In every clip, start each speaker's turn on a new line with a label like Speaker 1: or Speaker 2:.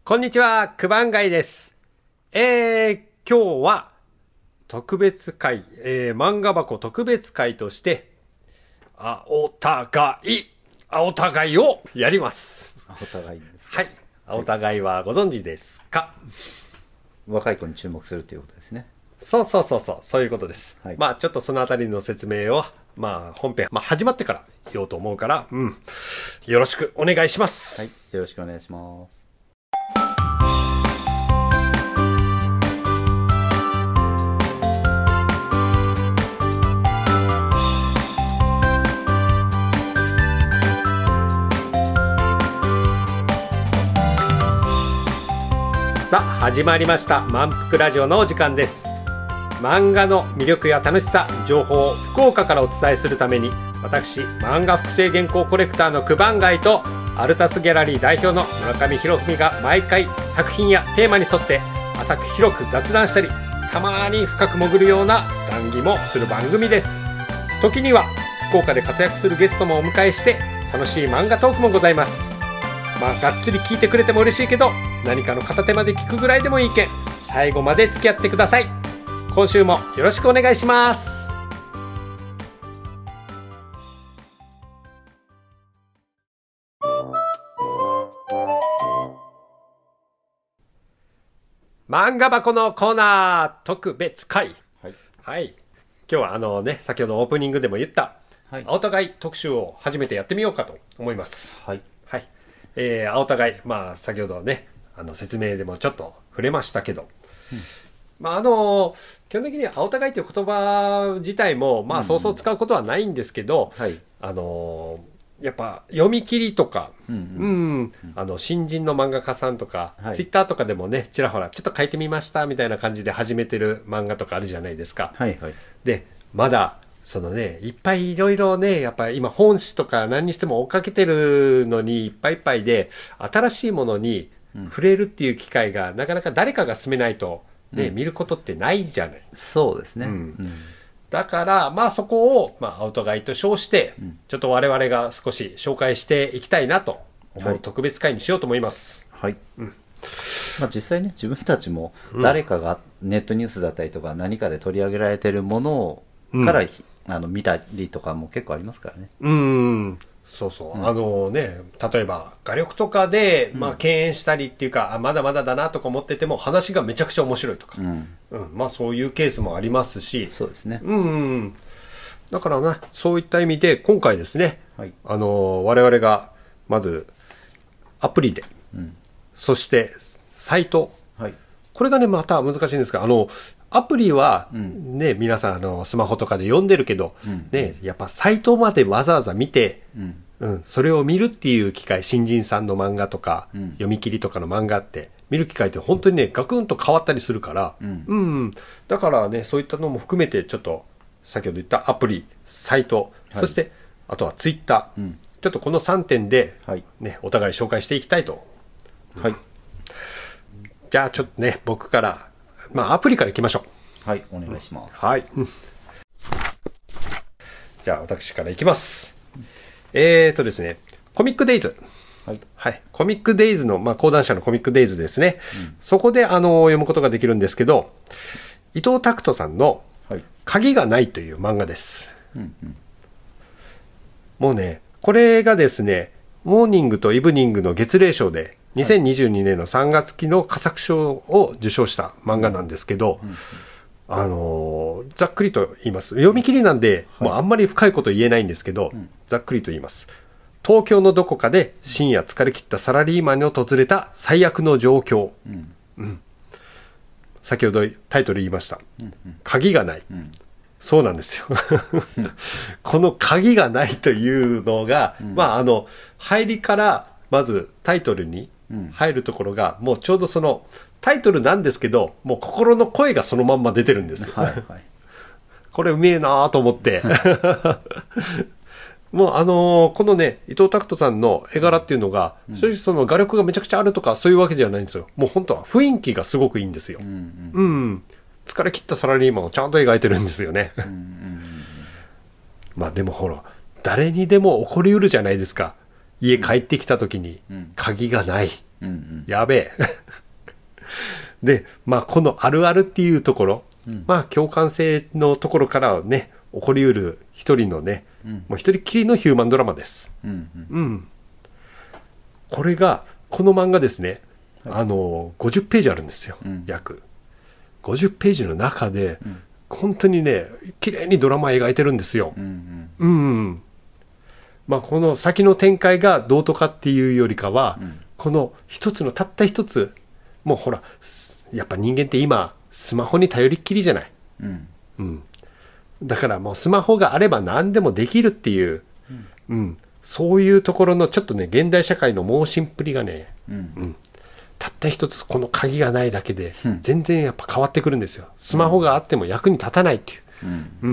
Speaker 1: こんにちは、九番街です。今日は特別会、漫画箱特別会として、お互いをやります。
Speaker 2: お互いです
Speaker 1: はい。お互いはご存知ですか？
Speaker 2: 若い子に注目するということですね。
Speaker 1: そういうことです。
Speaker 2: はい、
Speaker 1: ちょっとそのあたりの説明を、本編、始まってから言おうと思うから、よろしくお願いします。
Speaker 2: はい、よろしくお願いします。
Speaker 1: さあ始まりました満腹ラジオのお時間です。漫画の魅力や楽しさ、情報を福岡からお伝えするために、私漫画複製原稿コレクターの九番街とアルタスギャラリー代表の村上博文が毎回作品やテーマに沿って浅く広く雑談したり、たまに深く潜るような談義もする番組です。時には福岡で活躍するゲストもお迎えして楽しい漫画トークもございます。がっつり聞いてくれても嬉しいけど、何かの片手まで聞くぐらいでもいいけん、最後まで付き合ってください。今週もよろしくお願いします。漫画箱のコーナー特別会。はい。今日は先ほどオープニングでも言った、お互い特集を初めてやってみようかと思います。
Speaker 2: はい。
Speaker 1: お互い、先ほどね、説明でもちょっと触れましたけど、基本的にお互いという言葉自体も、そうそう使うことはないんですけど、やっぱ読み切りとか、新人の漫画家さんとか、ツイッターとかでもね、ちらほらちょっと書いてみましたみたいな感じで始めてる漫画とかあるじゃないですか。で、まだいっぱいいろいろね、やっぱり今本誌とか何にしても追っかけてるのにいっぱいいっぱいで、新しいものに触れるっていう機会がなかなか誰かが進めないとね、見ることってないじゃない。
Speaker 2: そうですね。
Speaker 1: だからそこをお互いと称して、ちょっと我々が少し紹介していきたいなと思う特別会にしようと思います。
Speaker 2: 実際ね、自分たちも誰かがネットニュースだったりとか何かで取り上げられてるものから、見たりとかも結構ありますからね。例えば画力とかで、敬遠したりっていうか、まだまだだなとか思ってても話がめちゃくちゃ面白いとか、そういうケースもありますし、 そうですね。
Speaker 1: だからな、そういった意味で今回ですね、我々がまずアプリで、そしてサイト、これがねまた難しいんですが、アプリはね、皆さんスマホとかで読んでるけど、やっぱサイトまでわざわざ見て、それを見るっていう機会、新人さんの漫画とか、読み切りとかの漫画って見る機会って本当にねガクンと変わったりするから、だからね、そういったのも含めてちょっと先ほど言ったアプリ、サイト、そしてあとはツイッター、ちょっとこの3点で、お互い紹介していきたいと。じゃあちょっとね、僕からアプリからいきましょう。
Speaker 2: お願いします。
Speaker 1: じゃあ私からいきます。ですね、コミックデイズ。コミックデイズの、講談社のコミックデイズですね。そこで読むことができるんですけど、伊藤拓人さんの鍵がないという漫画です。もうね、これがですね、モーニングとイブニングの月例賞で2022年の3月期の佳作賞を受賞した漫画なんですけど、ざっくりと言います。読み切りなんで、もうあんまり深いこと言えないんですけど、ざっくりと言います。東京のどこかで深夜疲れ切ったサラリーマンに訪れた最悪の状況。先ほどタイトル言いました。鍵がない。そうなんですよ。この鍵がないというのが、入りからまずタイトルに入るところが、もうちょうどそのタイトルなんですけど、もう心の声がそのまんま出てるんですよ。これうめえなと思って。もうこのね、伊藤拓人さんの絵柄っていうのが、正直その画力がめちゃくちゃあるとかそういうわけじゃないんですよ。もう本当は雰囲気がすごくいいんですよ。疲れ切ったサラリーマンをちゃんと描いてるんですよね。でもほら、誰にでも起こりうるじゃないですか。家帰ってきた時に鍵がない、
Speaker 2: うんうん、
Speaker 1: やべえ。で、まあこのあるあるっていうところ、うん、まあ共感性のところからね、起こりうる一人のね、うん、もう一人きりのヒューマンドラマです。うんうんうん、これが、この漫画ですね、はい、50ページあるんですよ、うん、約。50ページの中で、うん、本当にね、綺麗にドラマ描いてるんですよ。うんうんうん、まあこの先の展開がどうとかっていうよりかは、うん、この一つのたった一つ、もうほら、やっぱ人間って今スマホに頼りっきりじゃない、うんうん、だからもうスマホがあれば何でもできるっていう、うんうん、そういうところのちょっとね現代社会の盲信っぷりがね、うんうん、たった一つこの鍵がないだけで全然やっぱ変わってくるんですよ。スマホがあっても役に立たないっていう、うんうん、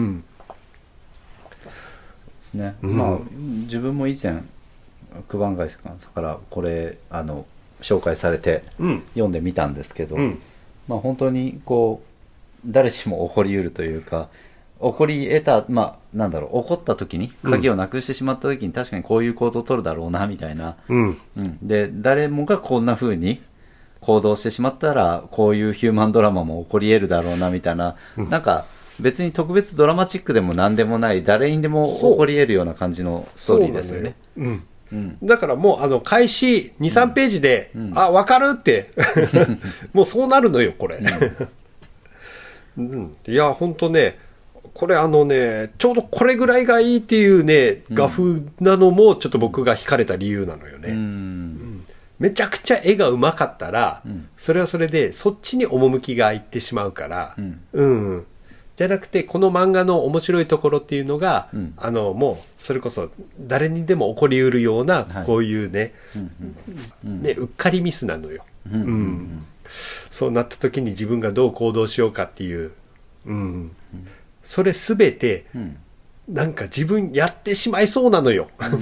Speaker 2: そうですね、うん、まあ自分も以前九番街さんからこれ紹介されて読んでみたんですけど、うん、まあ本当にこう誰しも起こりうるというか、起こり得た、まあなんだろう、起こった時に鍵をなくしてしまった時に確かにこういう行動を取るだろうなみたいな、うんうん、で誰もがこんな風に行動してしまったらこういうヒューマンドラマも起こり得るだろうなみたいな、うん、なんか別に特別ドラマチックでも何でもない誰にでも起こり得るような感じのストーリーですよね。
Speaker 1: うん、だからもう開始 2,3 ページで、うん、あ、分かるってもうそうなるのよこれ、うんうん、いやほんとねこれちょうどこれぐらいがいいっていうね画風なのもちょっと僕が惹かれた理由なのよね、うんうん、めちゃくちゃ絵がうまかったら、うん、それはそれでそっちに趣がいってしまうから、うんうん、じゃなくてこの漫画の面白いところっていうのが、うん、もうそれこそ誰にでも起こりうるような、はい、こういうね、ねうっかりミスなのよ、うんうんうん、そうなった時に自分がどう行動しようかっていう、うんうん、それすべて、うん、なんか自分やってしまいそうなのよ、うん、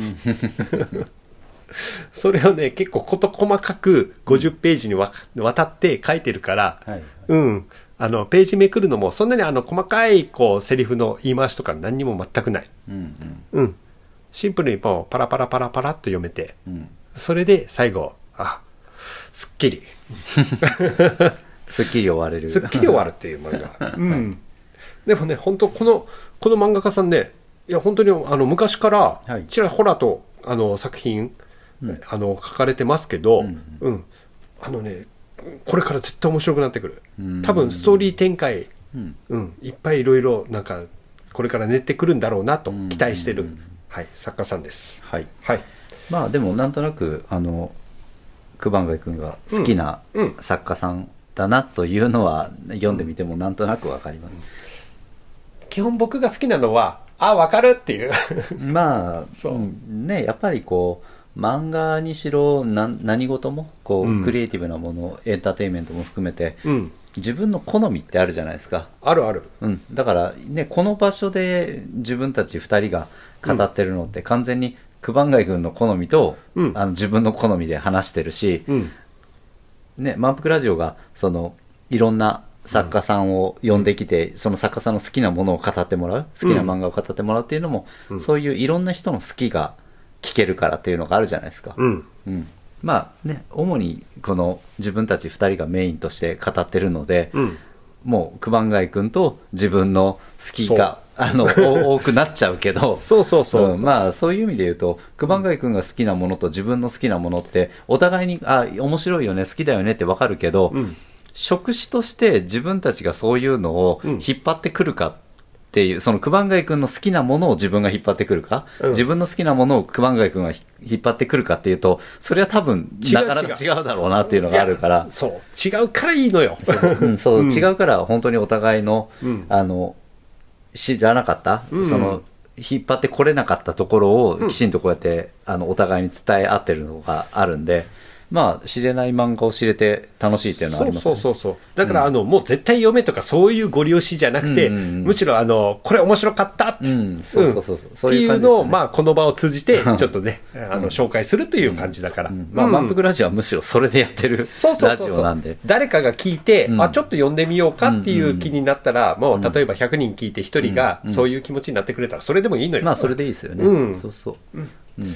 Speaker 1: それをね結構事細かく50ページにわたって書いてるから、はい、うんページめくるのもそんなに細かいこうセリフの言い回しとか何にも全くない、うんうんうん、シンプルにもうパラパラパラパラっと読めて、うん、それで最後すっきり
Speaker 2: すっきり終われる
Speaker 1: すっきり終わるっていう漫画、うん、でもね本当この漫画家さんねいや本当に昔からちらほらと作品、うん、書かれてますけど、うんうんうん、ねこれから絶対面白くなってくる。多分ストーリー展開、うんうん、いっぱいいろいろなんかこれから練ってくるんだろうなと期待してる、はい、作家さんです。はい。はい。
Speaker 2: まあでもなんとなく九番街くんが好きな作家さんだなというのは読んでみてもなんとなくわかります。
Speaker 1: 基本僕が好きなのはわかるっていう
Speaker 2: まあそうねやっぱりこう。漫画にしろ何事もこう、うん、クリエイティブなものエンターテインメントも含めて、うん、自分の好みってあるじゃないですか。
Speaker 1: あるある、
Speaker 2: うん、だからねこの場所で自分たち2人が語ってるのって完全に九番街君の好みと、うん、自分の好みで話してるし、うんね、満腹ラジオがいろんな作家さんを呼んできて、その作家さんの好きなものを語ってもらう好きな漫画を語ってもらうっていうのも、そういういろんな人の好きが聞けるからっていうのがあるじゃないですか、うんうん、まあね主にこの自分たち2人がメインとして語ってるので、うん、もう九番街くんと自分の好きが多くなっちゃうけど
Speaker 1: そうそうそう、
Speaker 2: うん、まあそういう意味で言うと九番街くんが好きなものと自分の好きなものってお互いに面白いよね好きだよねって分かるけど、うん、職種として自分たちがそういうのを引っ張ってくるかっていうその九番街くんの好きなものを自分が引っ張ってくるか、うん、自分の好きなものを九番街くんが引っ張ってくるかっていうとそれは多分なかなか違うだろうなっていうのがあるから
Speaker 1: そう違うからいいのよ
Speaker 2: うん、そう、うん、違うから本当にお互いの、うん、知らなかった、うん、引っ張ってこれなかったところをきちんとこうやって、お互いに伝え合ってるのがあるんでまあ知れない漫画を知れて楽しいっていうのはありますね。
Speaker 1: そうだから、もう絶対読めとかそういうご利用しじゃなくて、むしろこれ面白かったって、そういうのを、まあこの場を通じてちょっとね紹介するという感じだから、
Speaker 2: まあ満腹ラジオはむしろそれでやってるラジオなんで
Speaker 1: 誰かが聞いて、ちょっと読んでみようかっていう気になったら、もう例えば100人聞いて1人がそういう気持ちになってくれたらそれでもいいのよ。
Speaker 2: まあそれでいいですよね。そうそう。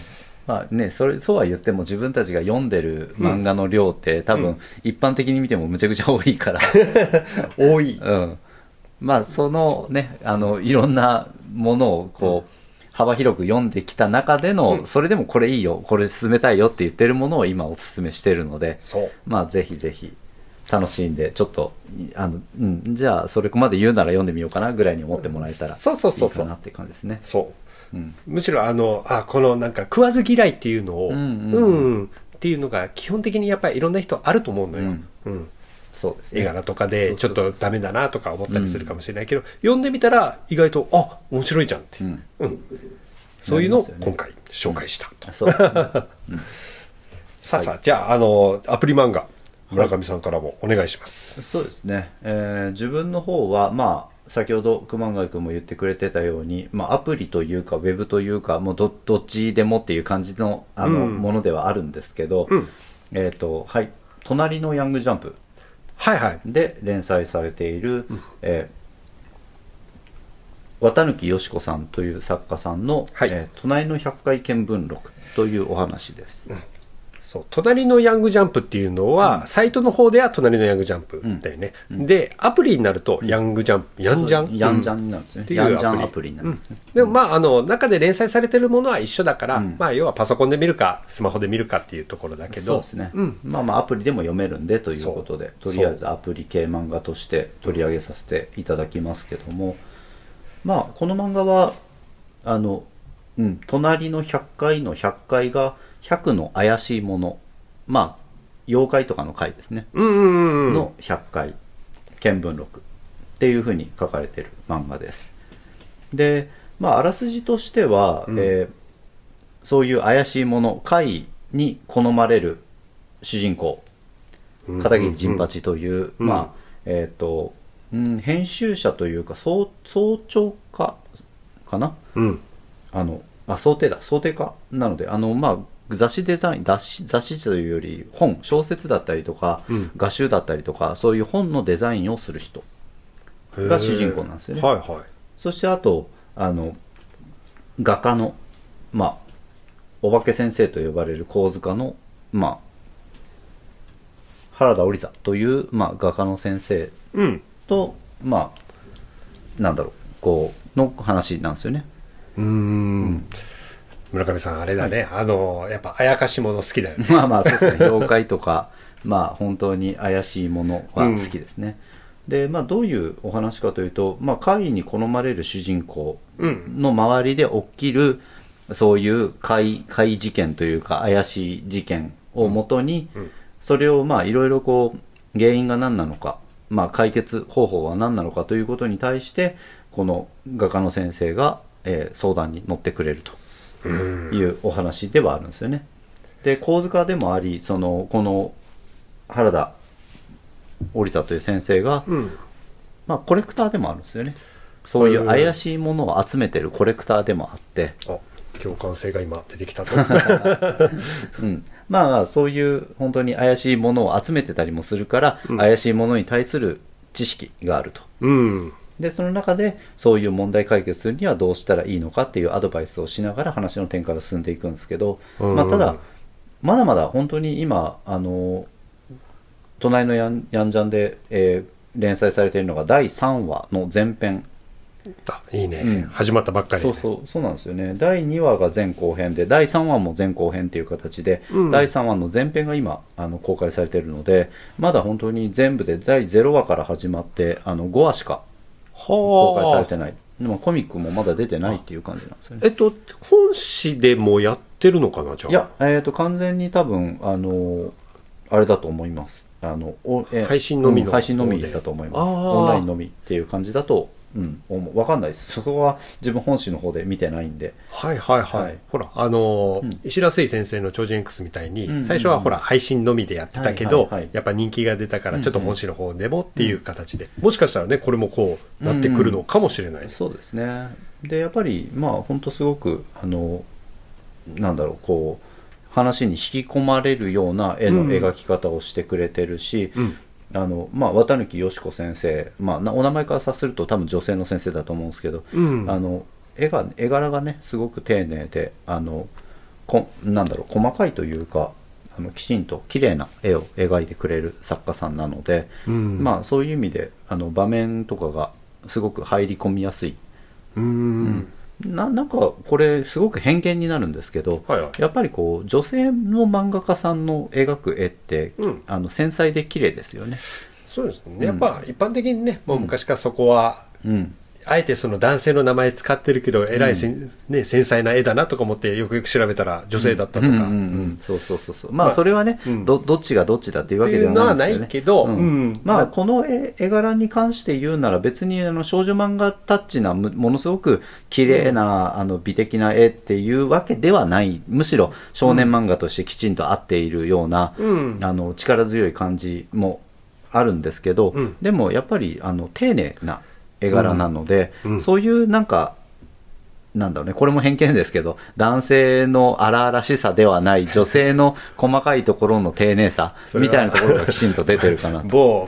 Speaker 2: まあね、そうは言っても自分たちが読んでる漫画の量って多分一般的に見てもむちゃくちゃ多いから
Speaker 1: 多い、
Speaker 2: うん、まあそのねいろんなものをこう、幅広く読んできた中での、それでもこれいいよこれ進めたいよって言ってるものを今おすすめしてるので、まあぜひぜひ楽しんでちょっとじゃあそれまで言うなら読んでみようかなぐらいに思ってもらえたらいいかなっていう感じですね。
Speaker 1: むしろこのなんか食わず嫌いっていうのをっていうのが基本的にやっぱりいろんな人あると思うのよ。
Speaker 2: そうですね、
Speaker 1: 絵柄とかでちょっとダメだなとか思ったりするかもしれないけど、読んでみたら意外と面白いじゃんって、そういうのを今回紹介したと。さあじゃあアプリ漫画村上さんからもお願いします。
Speaker 2: そうですね、自分の方はまあ先ほど熊谷君も言ってくれてたように、まあ、アプリというかウェブというかもうどっちでもっていう感じのものではあるんですけど、はい、隣のヤングジャンプで連載されている、綿貫よし子さんという作家さんの、隣の百回見聞録というお話です。
Speaker 1: 隣のヤングジャンプっていうのは、サイトの方では隣のヤングジャンプだよね、でアプリになるとヤングジャンプ、ヤンジャン
Speaker 2: になるんですね。ヤンジャンアプリになるんですね。
Speaker 1: でもまあ中で連載されてるものは一緒だから、まあ要はパソコンで見るかスマホで見るかっていうところだけど、
Speaker 2: そうですね、まあアプリでも読めるんでということで、とりあえずアプリ系漫画として取り上げさせていただきますけども、まあこの漫画は隣の100回の100回が100の怪しいもの、まあ妖怪とかの回ですね、の100回見聞録っていうふうに書かれている漫画です。でまああらすじとしては、そういう怪しいもの怪に好まれる主人公片桐仁八という、まあ編集者というか総長家かな、想定家なのでまあ雑誌デザイン雑誌というより小説だったりとか、画集だったりとかそういう本のデザインをする人が主人公なんですよね。そしてあと画家のまあお化け先生と呼ばれる構図家のまあ原田織座という、まあ、画家の先生と、まあなんだろうこうの話なんですよね。
Speaker 1: 村上さんあれだね、やっぱあやかしもの好きだよね。
Speaker 2: まあそうですね、妖怪とかまあ本当に怪しいものは好きですね。でまあどういうお話かというと、まあ怪異に好まれる主人公の周りで起きる、そういう怪事件というか怪しい事件をもとに、それをまあいろいろこう原因が何なのか、まあ解決方法は何なのかということに対してこの画家の先生が、相談に乗ってくれるというお話ではあるんですよね。で構図家でもありこの原田織座という先生が、まあ、コレクターでもあるんですよね。そういう怪しいものを集めてるコレクターでもあって、
Speaker 1: 共感性が今出てきたと、
Speaker 2: まあそういう本当に怪しいものを集めてたりもするから、怪しいものに対する知識があると、でその中でそういう問題解決するにはどうしたらいいのかっていうアドバイスをしながら話の展開が進んでいくんですけど、まあ、ただまだまだ本当に今隣のヤンジャンで、連載されているのが第3話の前編。
Speaker 1: いいね、始まったばっかり、
Speaker 2: そうなんですよね。第2話が前後編で第3話も前後編っていう形で、第3話の前編が今公開されているので、まだ本当に全部で第0話から始まって5話しか公開されてない。でもコミックもまだ出てないっていう感じなんですよね。
Speaker 1: 本誌でもやってるのかな。じゃ
Speaker 2: あいや完全に多分あれだと思います。
Speaker 1: 配信のみの、
Speaker 2: 配信のみだと思います。オンラインのみっていう感じだと分かんないです。そこは自分本誌の方で見てないんで。ほ
Speaker 1: ら石田水先生の超人 X みたいに、最初はほら配信のみでやってたけど、やっぱ人気が出たからちょっと本誌の方でもっていう形で、もしかしたらねこれもこうなってくるのかもしれない。
Speaker 2: そうですね。でやっぱりまあ本当すごくなんだろうこう話に引き込まれるような絵の描き方をしてくれてるし、まあ、綿貫よし子先生、まあ、お名前から察すると多分女性の先生だと思うんですけど、絵柄がねすごく丁寧でなんだろう、細かいというかきちんと綺麗な絵を描いてくれる作家さんなので、まあそういう意味で場面とかがすごく入り込みやすい。なんかこれすごく偏見になるんですけど、やっぱりこう女性の漫画家さんの描く絵って、繊細で綺麗ですよね。
Speaker 1: そうですね、やっぱ一般的にね、もう昔からそこは、あえてその男性の名前使ってるけど、えらい繊細な絵だなとか思ってよくよく調べたら女性だったとか、
Speaker 2: そう。まあそれはね、どっちがどっちだっていうわけではないですけどね。まあこの絵柄に関して言うなら、別に少女漫画タッチなものすごく綺麗な美的な絵っていうわけではない。むしろ少年漫画としてきちんと合っているような力強い感じもあるんですけど、でもやっぱり丁寧な絵柄なので、そういうなんだろうね、これも偏見ですけど、男性の荒々しさではない女性の細かいところの丁寧さみたいなところがきちんと出てるかなと。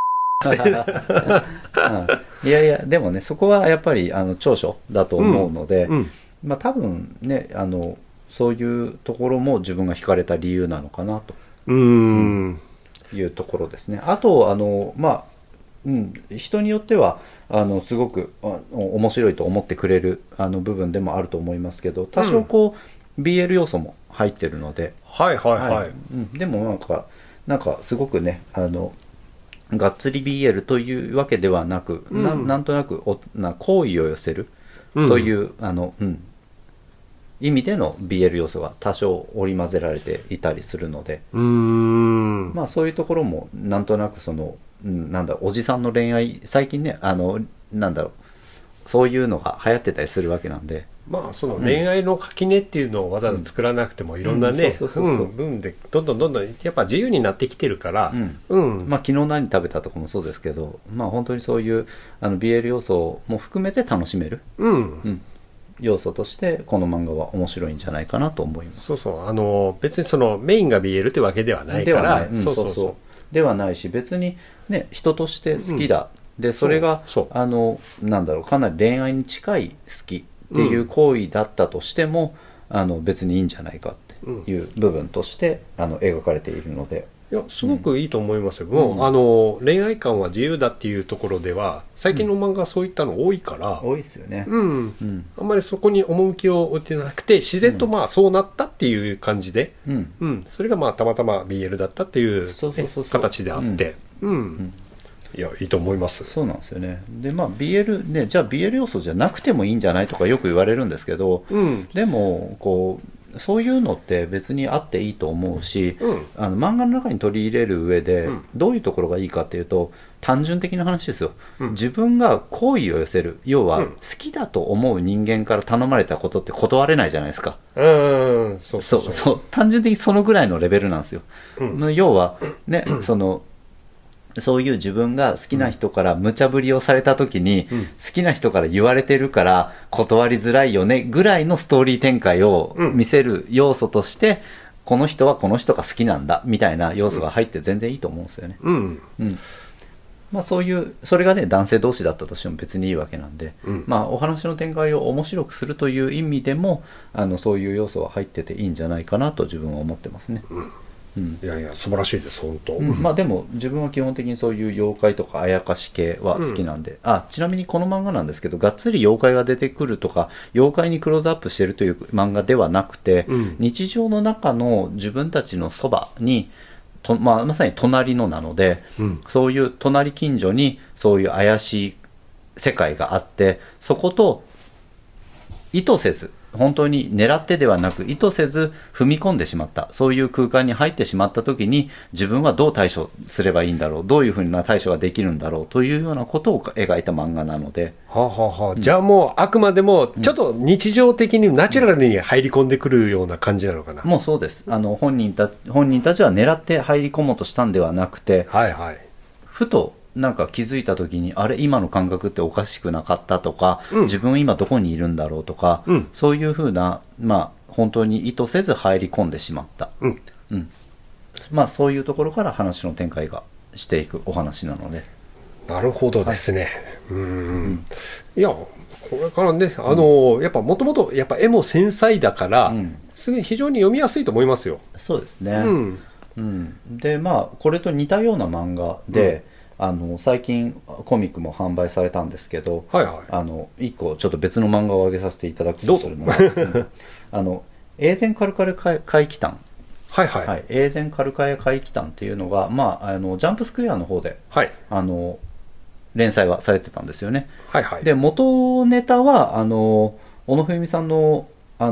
Speaker 2: いやいや、でもね、そこはやっぱり長所だと思うので、まあ多分ね、そういうところも自分が惹かれた理由なのかなというところですね。あとまあ人によってはすごく面白いと思ってくれる部分でもあると思いますけど、多少こう、BL 要素も入ってるので、でもなんかすごくね、がっつり BL というわけではなく、なんとなく好意を寄せるという、意味での BL 要素が多少織り交ぜられていたりするので、まあそういうところもなんとなくおじさんの恋愛、最近ね、そういうのが流行ってたりするわけなんで、
Speaker 1: まあその恋愛の垣根っていうのをわざわざ作らなくても、いろんなね分でどんどんやっぱ自由になってきてるから、
Speaker 2: まあ昨日何食べたとかもそうですけど、まあ本当にそういうBL 要素も含めて楽しめる、要素としてこの漫画は面白いんじゃないかなと思います。
Speaker 1: 別にそのメインが BL ってわけではないから、
Speaker 2: ではないし、別にね、人として好きだ、でそれがかなり恋愛に近い好きっていう行為だったとしても、別にいいんじゃないかっていう部分として描かれているので、
Speaker 1: いやすごくいいと思いますよ。もう恋愛観は自由だっていうところでは最近の漫画はそういったの多いから、
Speaker 2: 多いですよね。
Speaker 1: あんまりそこに趣を置いてなくて、自然とまあそうなったっていう感じで、それがまあたまたま BL だったっていう形であって、いやいいと思います。
Speaker 2: そうなんですよね。でまあ BL ね、じゃあ BL 要素じゃなくてもいいんじゃないとかよく言われるんですけど、でもこうそういうのって別にあっていいと思うし、漫画の中に取り入れる上でどういうところがいいかっていうと、単純的な話ですよ。自分が好意を寄せる、要は好きだと思う人間から頼まれたことって断れないじゃないですか。そう単純的にそのぐらいのレベルなんですよ。要はね、そういう自分が好きな人から無茶ぶりをされた時に、好きな人から言われてるから断りづらいよねぐらいのストーリー展開を見せる要素として、この人はこの人が好きなんだみたいな要素が入って全然いいと思うんですよね。まあそれがね、男性同士だったとしても別にいいわけなんで、まあお話の展開を面白くするという意味でもそういう要素は入ってていいんじゃないかなと自分は思ってますね。
Speaker 1: いやいや素晴らしいです本当。
Speaker 2: まあでも自分は基本的にそういう妖怪とかあやかし系は好きなんで、ちなみにこの漫画なんですけど、がっつり妖怪が出てくるとか妖怪にクローズアップしてるという漫画ではなくて、日常の中の自分たちのそばにまさに隣のなので、そういう隣近所にそういう怪しい世界があって、そこと意図せず、本当に狙ってではなく意図せず踏み込んでしまった、そういう空間に入ってしまった時に自分はどう対処すればいいんだろう、どういうふうな対処ができるんだろうというようなことを描いた漫画なので、
Speaker 1: じゃあもうあくまでもちょっと日常的にナチュラルに入り込んでくるような感じなのかな。
Speaker 2: もうそうです。本人たちは狙って入り込もうとしたんではなくて、ふとなんか気づいた時に、あれ今の感覚っておかしくなかったとか、自分今どこにいるんだろうとか、そういうふうな、まあ本当に意図せず入り込んでしまった、まあそういうところから話の展開がしていくお話なので。
Speaker 1: なるほどですね。 いやこれからねやっぱもともとやっぱ絵も繊細だから、非常に読みやすいと思いますよ。
Speaker 2: そうですね。でまあこれと似たような漫画で、最近コミックも販売されたんですけど、一個ちょっと別の漫画を挙げさせていただくとするのはエーゼンカルカヤ怪奇譚、エーゼンカルカヤ怪奇譚っていうのが、ジャンプスクエアの方で、連載はされてたんですよね。で元ネタは小野冬美さんの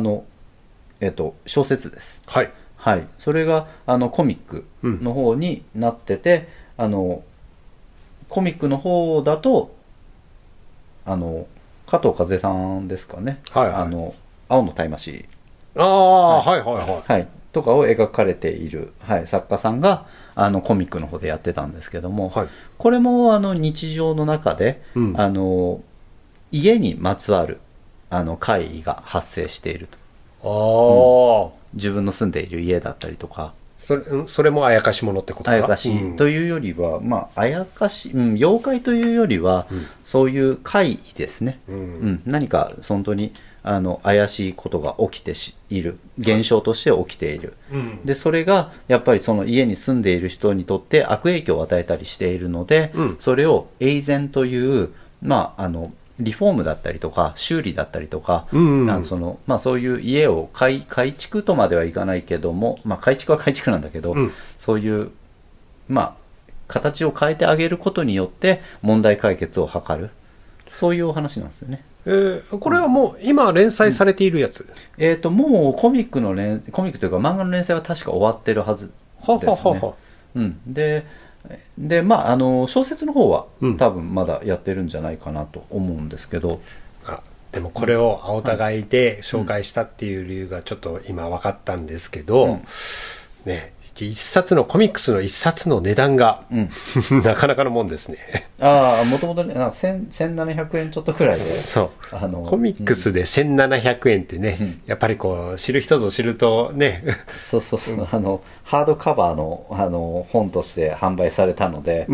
Speaker 2: 小説です。それがコミックの方になってて、コミックの方だと加藤和恵さんですかね、青のタイマシーとかを描かれている、作家さんがコミックの方でやってたんですけども、これも日常の中で、家にまつわる怪異が発生していると。自分の住んでいる家だったりとか、
Speaker 1: それもあやかしものってことか。
Speaker 2: あやかしというよりは、あやかし、妖怪というよりは、そういう怪異ですね。何か本当に怪しいことが起きている、現象として起きている。でそれがやっぱりその家に住んでいる人にとって悪影響を与えたりしているので、それをエイゼンというリフォームだったりとか修理だったりとか、そういう家を改築とまではいかないけども、改築は改築なんだけど、そういう形を変えてあげることによって問題解決を図る、そういうお話なんですよね。
Speaker 1: これはもう今連載されているやつ？
Speaker 2: もうコミックというか漫画の連載は確か終わってるはずですね。で小説の方は多分まだやってるんじゃないかなと思うんですけど、
Speaker 1: でもこれをお互いで紹介したっていう理由がちょっと今分かったんですけど、一冊のコミックスの一冊の値段が、なかなかのもんですね。
Speaker 2: もともとね1700円ちょっとくらいで、
Speaker 1: コミックスで1700円ってね、やっぱりこう知る人ぞ知るとね
Speaker 2: ハードカバーの本として販売されたので、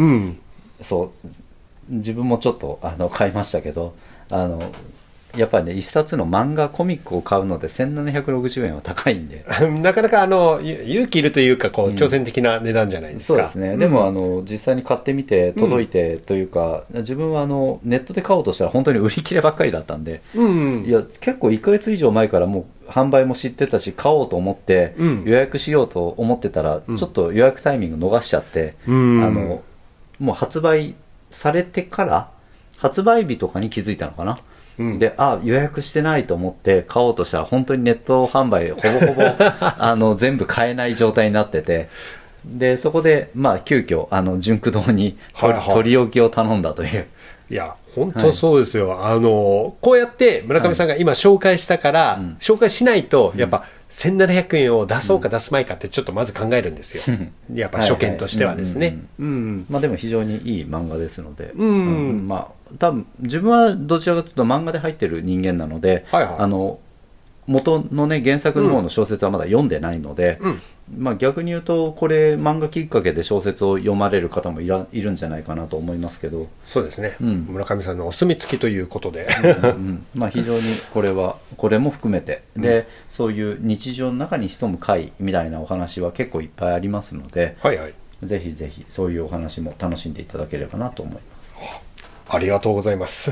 Speaker 2: 自分もちょっと買いましたけど、やっぱりね、一冊の漫画コミックを買うので1760円は高いんで
Speaker 1: なかなか勇気いるというか挑戦的な値段じゃないですか。
Speaker 2: そうですね。でも実際に買ってみて届いてというか、自分はネットで買おうとしたら本当に売り切ればっかりだったんで、いや結構1ヶ月以上前からもう販売も知ってたし買おうと思って予約しようと思ってたら、ちょっと予約タイミング逃しちゃって、もう発売されてから発売日とかに気づいたのかな。で予約してないと思って買おうとしたら本当にネット販売ほぼほぼ全部買えない状態になってて、でそこで急遽純駆動に取り置きを頼んだという。
Speaker 1: いや本当そうですよ、こうやって村上さんが今紹介したから、紹介しないとやっぱ1700円を出そうか出すまいかってちょっとまず考えるんですよ、やっぱ初見としてはですね。
Speaker 2: でも非常にいい漫画ですので、多分自分はどちらかというと漫画で入ってる人間なので、元のね原作の方の小説はまだ読んでないので、逆に言うとこれ漫画きっかけで小説を読まれる方もいるんじゃないかなと思いますけど。
Speaker 1: そうですね、村上さんのお墨付きということで
Speaker 2: 非常にこれも含めて、でそういう日常の中に潜む怪みたいなお話は結構いっぱいありますので、ぜひぜひそういうお話も楽しんでいただければなと思います。
Speaker 1: ありがとうございます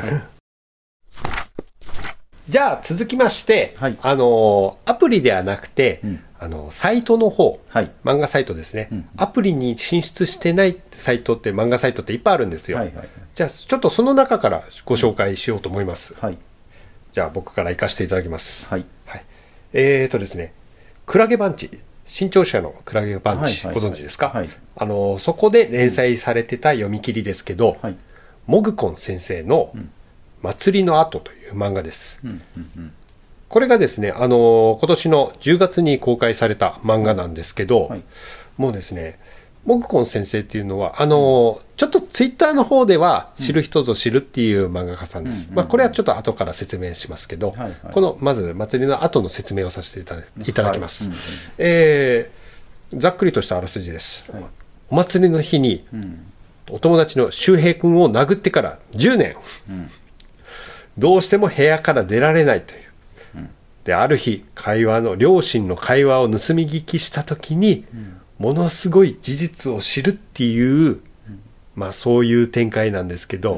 Speaker 1: じゃあ続きまして、アプリではなくて、サイトの方、漫画サイトですね、アプリに進出してないサイトって漫画サイトっていっぱいあるんですよ。じゃあちょっとその中からご紹介しようと思います。じゃあ僕から行かせていただきます。ですね、クラゲバンチ、新潮社のクラゲバンチ、ご存知ですか？そこで連載されてた読み切りですけど、モグコン先生の祭りの後という漫画です。これがですね、今年の10月に公開された漫画なんですけど、もうですね、モグコン先生っていうのはちょっとツイッターの方では知る人ぞ知るっていう漫画家さんです。これはちょっと後から説明しますけど、このまず祭りの後の説明をさせていただきます。ざっくりとしたあらすじです。お祭りの日にお友達の周平君を殴ってから10年、どうしても部屋から出られないという。で、ある日、両親の会話を盗み聞きしたときに、ものすごい事実を知るっていう、そういう展開なんですけど、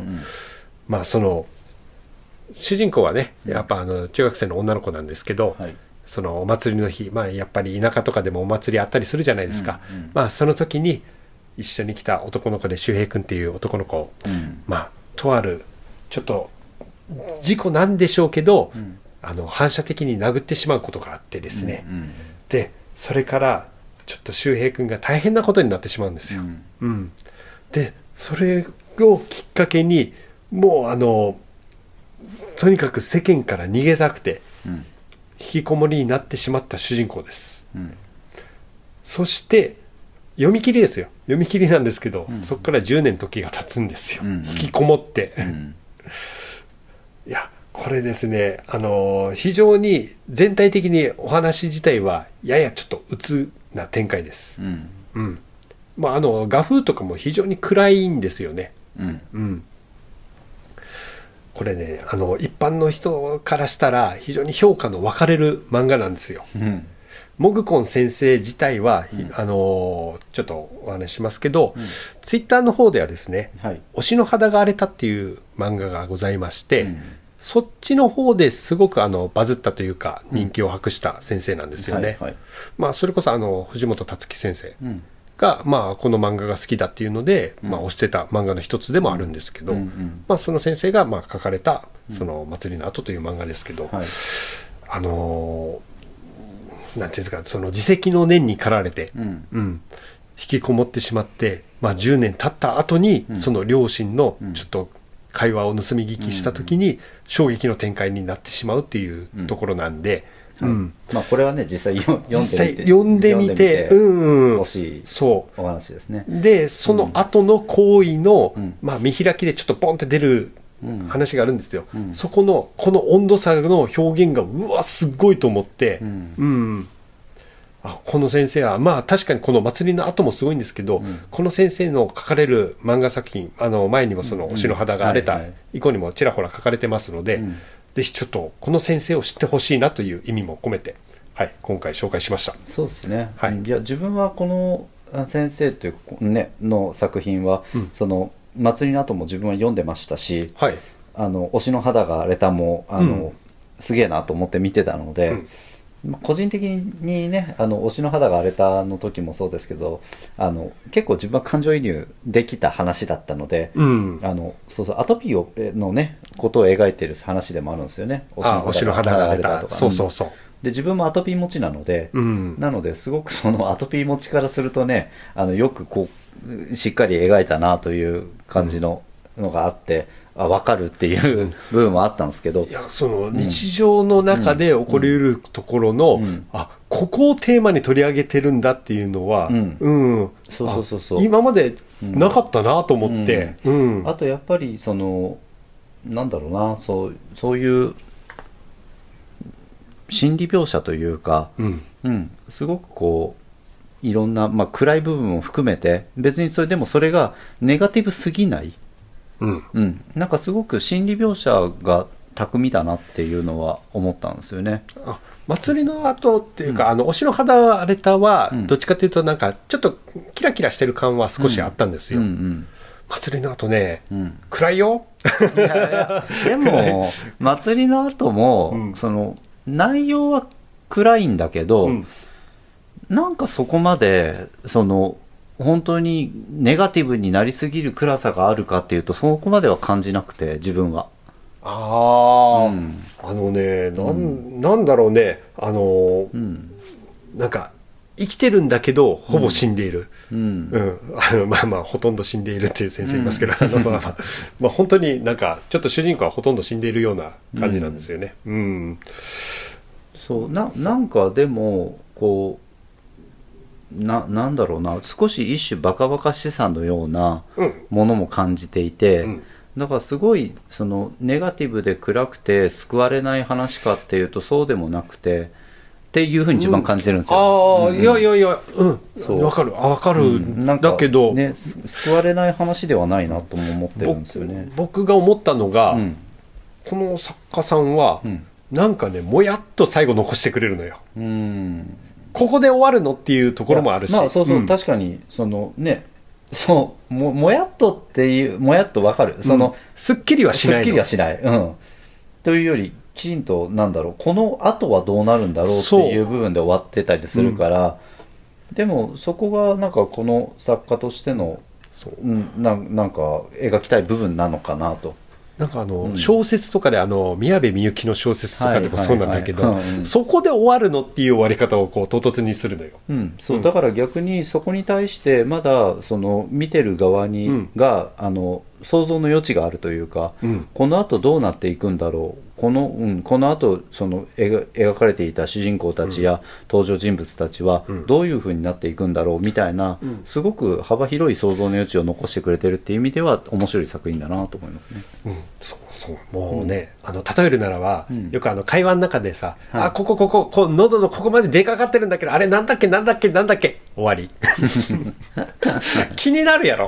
Speaker 1: 主人公はね、やっぱ中学生の女の子なんですけど、そのお祭りの日、やっぱり田舎とかでもお祭りあったりするじゃないですか。その時に一緒に来た男の子で周平君っていう男の子を、とあるちょっと事故なんでしょうけど、反射的に殴ってしまうことがあってですね、でそれからちょっと周平君が大変なことになってしまうんですよ。でそれをきっかけにもうとにかく世間から逃げたくて、引きこもりになってしまった主人公です。そして読み切りですよ。読み切りなんですけど、そこから10年時が経つんですよ。引きこもって、いやこれですね、非常に全体的にお話自体はややちょっと鬱な展開です。画風とかも非常に暗いんですよね。これね、一般の人からしたら非常に評価の分かれる漫画なんですよ。モグコン先生自体は、ちょっとお話ししますけど、ツイッターの方ではですね、推しの肌が荒れたっていう漫画がございまして、そっちの方ですごくバズったというか人気を博した先生なんですよね。それこそ藤本つ樹先生が、この漫画が好きだっていうので、推してた漫画の一つでもあるんですけど、その先生が書かれたその祭りの後という漫画ですけど、なんていうんですか、その自責の念に駆られて、引きこもってしまって、10年経った後に、その両親のちょっと会話を盗み聞きした時に衝撃の展開になってしまうっていうところなんで、
Speaker 2: これはね実際
Speaker 1: 読んでみて
Speaker 2: 欲しいお話ですね。
Speaker 1: でその後の行為の、見開きでちょっとポンって出る話があるんですよ。そこのこの温度差の表現がうわすっごいと思って、この先生は確かにこの祭りの後もすごいんですけど、この先生の書かれる漫画作品、前にもその推しの肌が荒れた以降にもちらほら書かれてますので、ぜひちょっとこの先生を知ってほしいなという意味も込めて、今回紹介しました。
Speaker 2: そうですね、いや自分はこの先生という、の作品は、その祭りの後も自分は読んでましたし、推しの肌が荒れたもすげえなと思って見てたので、個人的にね、推しの肌が荒れたの時もそうですけど、結構自分は感情移入できた話だったので、アトピーのねことを描いてる話でもあるんですよね。
Speaker 1: 推しの肌が荒れたとか。
Speaker 2: で自分もアトピー持ちなので、なのですごくそのアトピー持ちからするとね、よくこうしっかり描いたなという感じののがあって、分かるっていう部分もあったんですけど、
Speaker 1: いやその日常の中で起こりうるところの、ここをテーマに取り上げてるんだっていうのは、今までなかったなと思って、
Speaker 2: あとやっぱりそのなんだろうな、そういう心理描写というか、すごくこういろんな、暗い部分も含めて、別にそれがネガティブすぎない、なんかすごく心理描写が巧みだなっていうのは思ったんですよね。
Speaker 1: 祭りの後っていうか、推しの肌荒れたはどっちかというとなんかちょっとキラキラしてる感は少しあったんですよ。祭りの後ね、暗いよ。
Speaker 2: いやでも祭りの後も、その内容は暗いんだけど、なんかそこまでその本当にネガティブになりすぎる暗さがあるかっていうと、そこまでは感じなくて、自分は。
Speaker 1: なんだろうね、なんか生きてるんだけどほぼ死んでいる、ほとんど死んでいるっていう先生いますけど、本当になんかちょっと主人公はほとんど死んでいるような感じなんですよね。
Speaker 2: なんかでもこうなんだろうな、少し一種バカバカしさのようなものも感じていて、だからすごいそのネガティブで暗くて救われない話かっていうとそうでもなくて、 っていうふうに自分は感じてるんですよ。
Speaker 1: ああ、いやいやいや、わかる、わかる、
Speaker 2: なんか
Speaker 1: だけど、
Speaker 2: ね、救われない話ではないなとも思ってるんですよね。
Speaker 1: 僕が思ったのが、この作家さんは、なんかね、もやっと最後残してくれるのよ。ここで終わるのっていうところもあるし。
Speaker 2: まあそうそう、確かに、そのね、もやっとっていう、もやっとわかる。
Speaker 1: すっきりはしないの。
Speaker 2: すっきりはしない。というより、きちんと、なんだろう、この後はどうなるんだろうっていう部分で終わってたりするから、でもそこがなんかこの作家としての、なんか描きたい部分なのかなと。
Speaker 1: なんか小説とかで宮部みゆきの小説とかでもそうなんだけど、そこで終わるのっていう終わり方をこう唐突にするのよ。
Speaker 2: そうだから逆にそこに対してまだその見てる側が想像の余地があるというか、この後どうなっていくんだろう、この後その描かれていた主人公たちや登場人物たちはどういう風になっていくんだろうみたいな、すごく幅広い想像の余地を残してくれてるっていう意味では面白い作品だなと思いますね。
Speaker 1: そうそうもうね、例えるならば、よく会話の中でさ、ここ喉のここまで出かかってるんだけど、あれなんだっけ終わり気になるやろ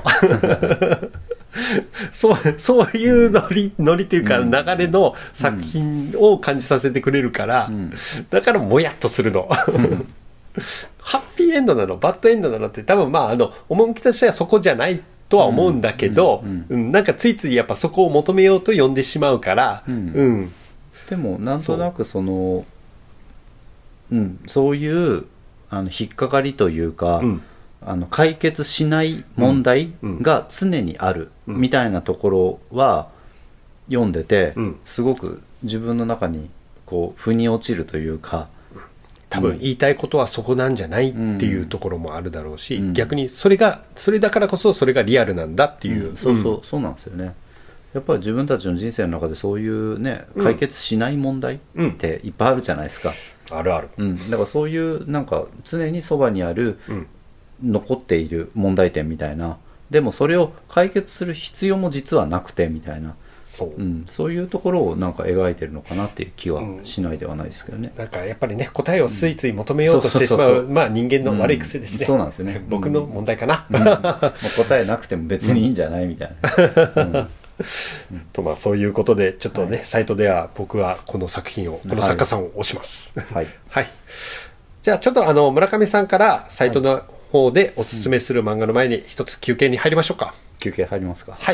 Speaker 1: そういうノリというか流れの作品を感じさせてくれるから、だからもやっとするのハッピーエンドなのバッドエンドなのって多分趣としてはそこじゃないとは思うんだけど、なんかついついやっぱそこを求めようと呼んでしまうから、
Speaker 2: でもなんとなくそういう引っかかりというか、解決しない問題が常にあるみたいなところは読んでて、すごく自分の中にこう腑に落ちるというか、
Speaker 1: 多分言いたいことはそこなんじゃないっていうところもあるだろうし、逆にそれだからこそそれがリアルなんだっていう、
Speaker 2: そうなんですよね。やっぱり自分たちの人生の中でそういうね、解決しない問題っていっぱいあるじゃないですか。
Speaker 1: あるある。
Speaker 2: だからそういうなんか常にそばにある、残っている問題点みたいな、でもそれを解決する必要も実はなくてみたいな、そういうところをなんか描いてるのかなっていう気はしないではないですけどね。
Speaker 1: なんかやっぱりね、答えをついつい求めようとしてしまう人間の悪い癖ですね。
Speaker 2: そうなんですよね。
Speaker 1: 僕の問題かな。
Speaker 2: もう答えなくても別にいいんじゃないみたいな。
Speaker 1: とそういうことでちょっとね、サイトでは僕はこの作品をこの作家さんを推します。はい。じゃあちょっと村上さんからサイトの方でおすすめする漫画の前に一つ休憩に入りましょうか。
Speaker 2: 休憩入りますか。
Speaker 1: はい。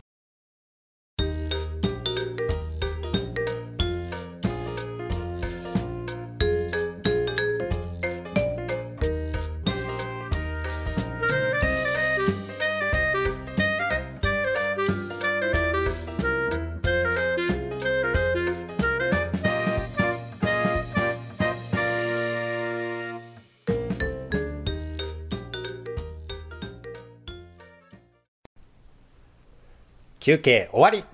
Speaker 1: 休憩終わり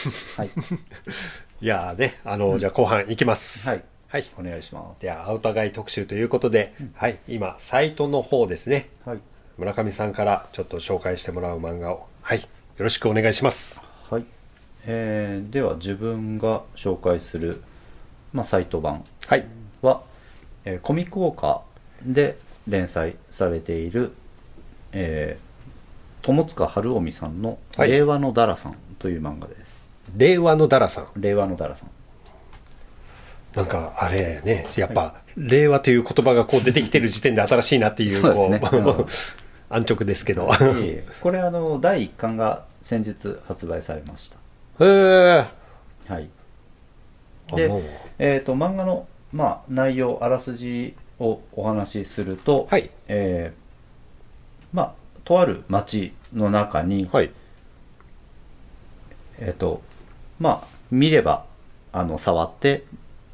Speaker 1: いやね、じゃあ後半いきます。
Speaker 2: はい。お願いします。
Speaker 1: では、お互い特集ということで、今、サイトの方ですね。村上さんからちょっと紹介してもらう漫画を、よろしくお願いします。
Speaker 2: では、自分が紹介する、サイト版は、コミックウォーカーで連載されている、友塚晴臣さんの「令和のダラさん」という漫画です。
Speaker 1: 令和のダラさん。
Speaker 2: 令和のダラさん。
Speaker 1: なんかあれね、やっぱ、令和という言葉がこう出てきてる時点で新しいなっていう、安直ですけど。
Speaker 2: これ第1巻が先日発売されました。
Speaker 1: へ
Speaker 2: え。で、漫画の内容、あらすじをお話しすると、とある町の中に、見れば触って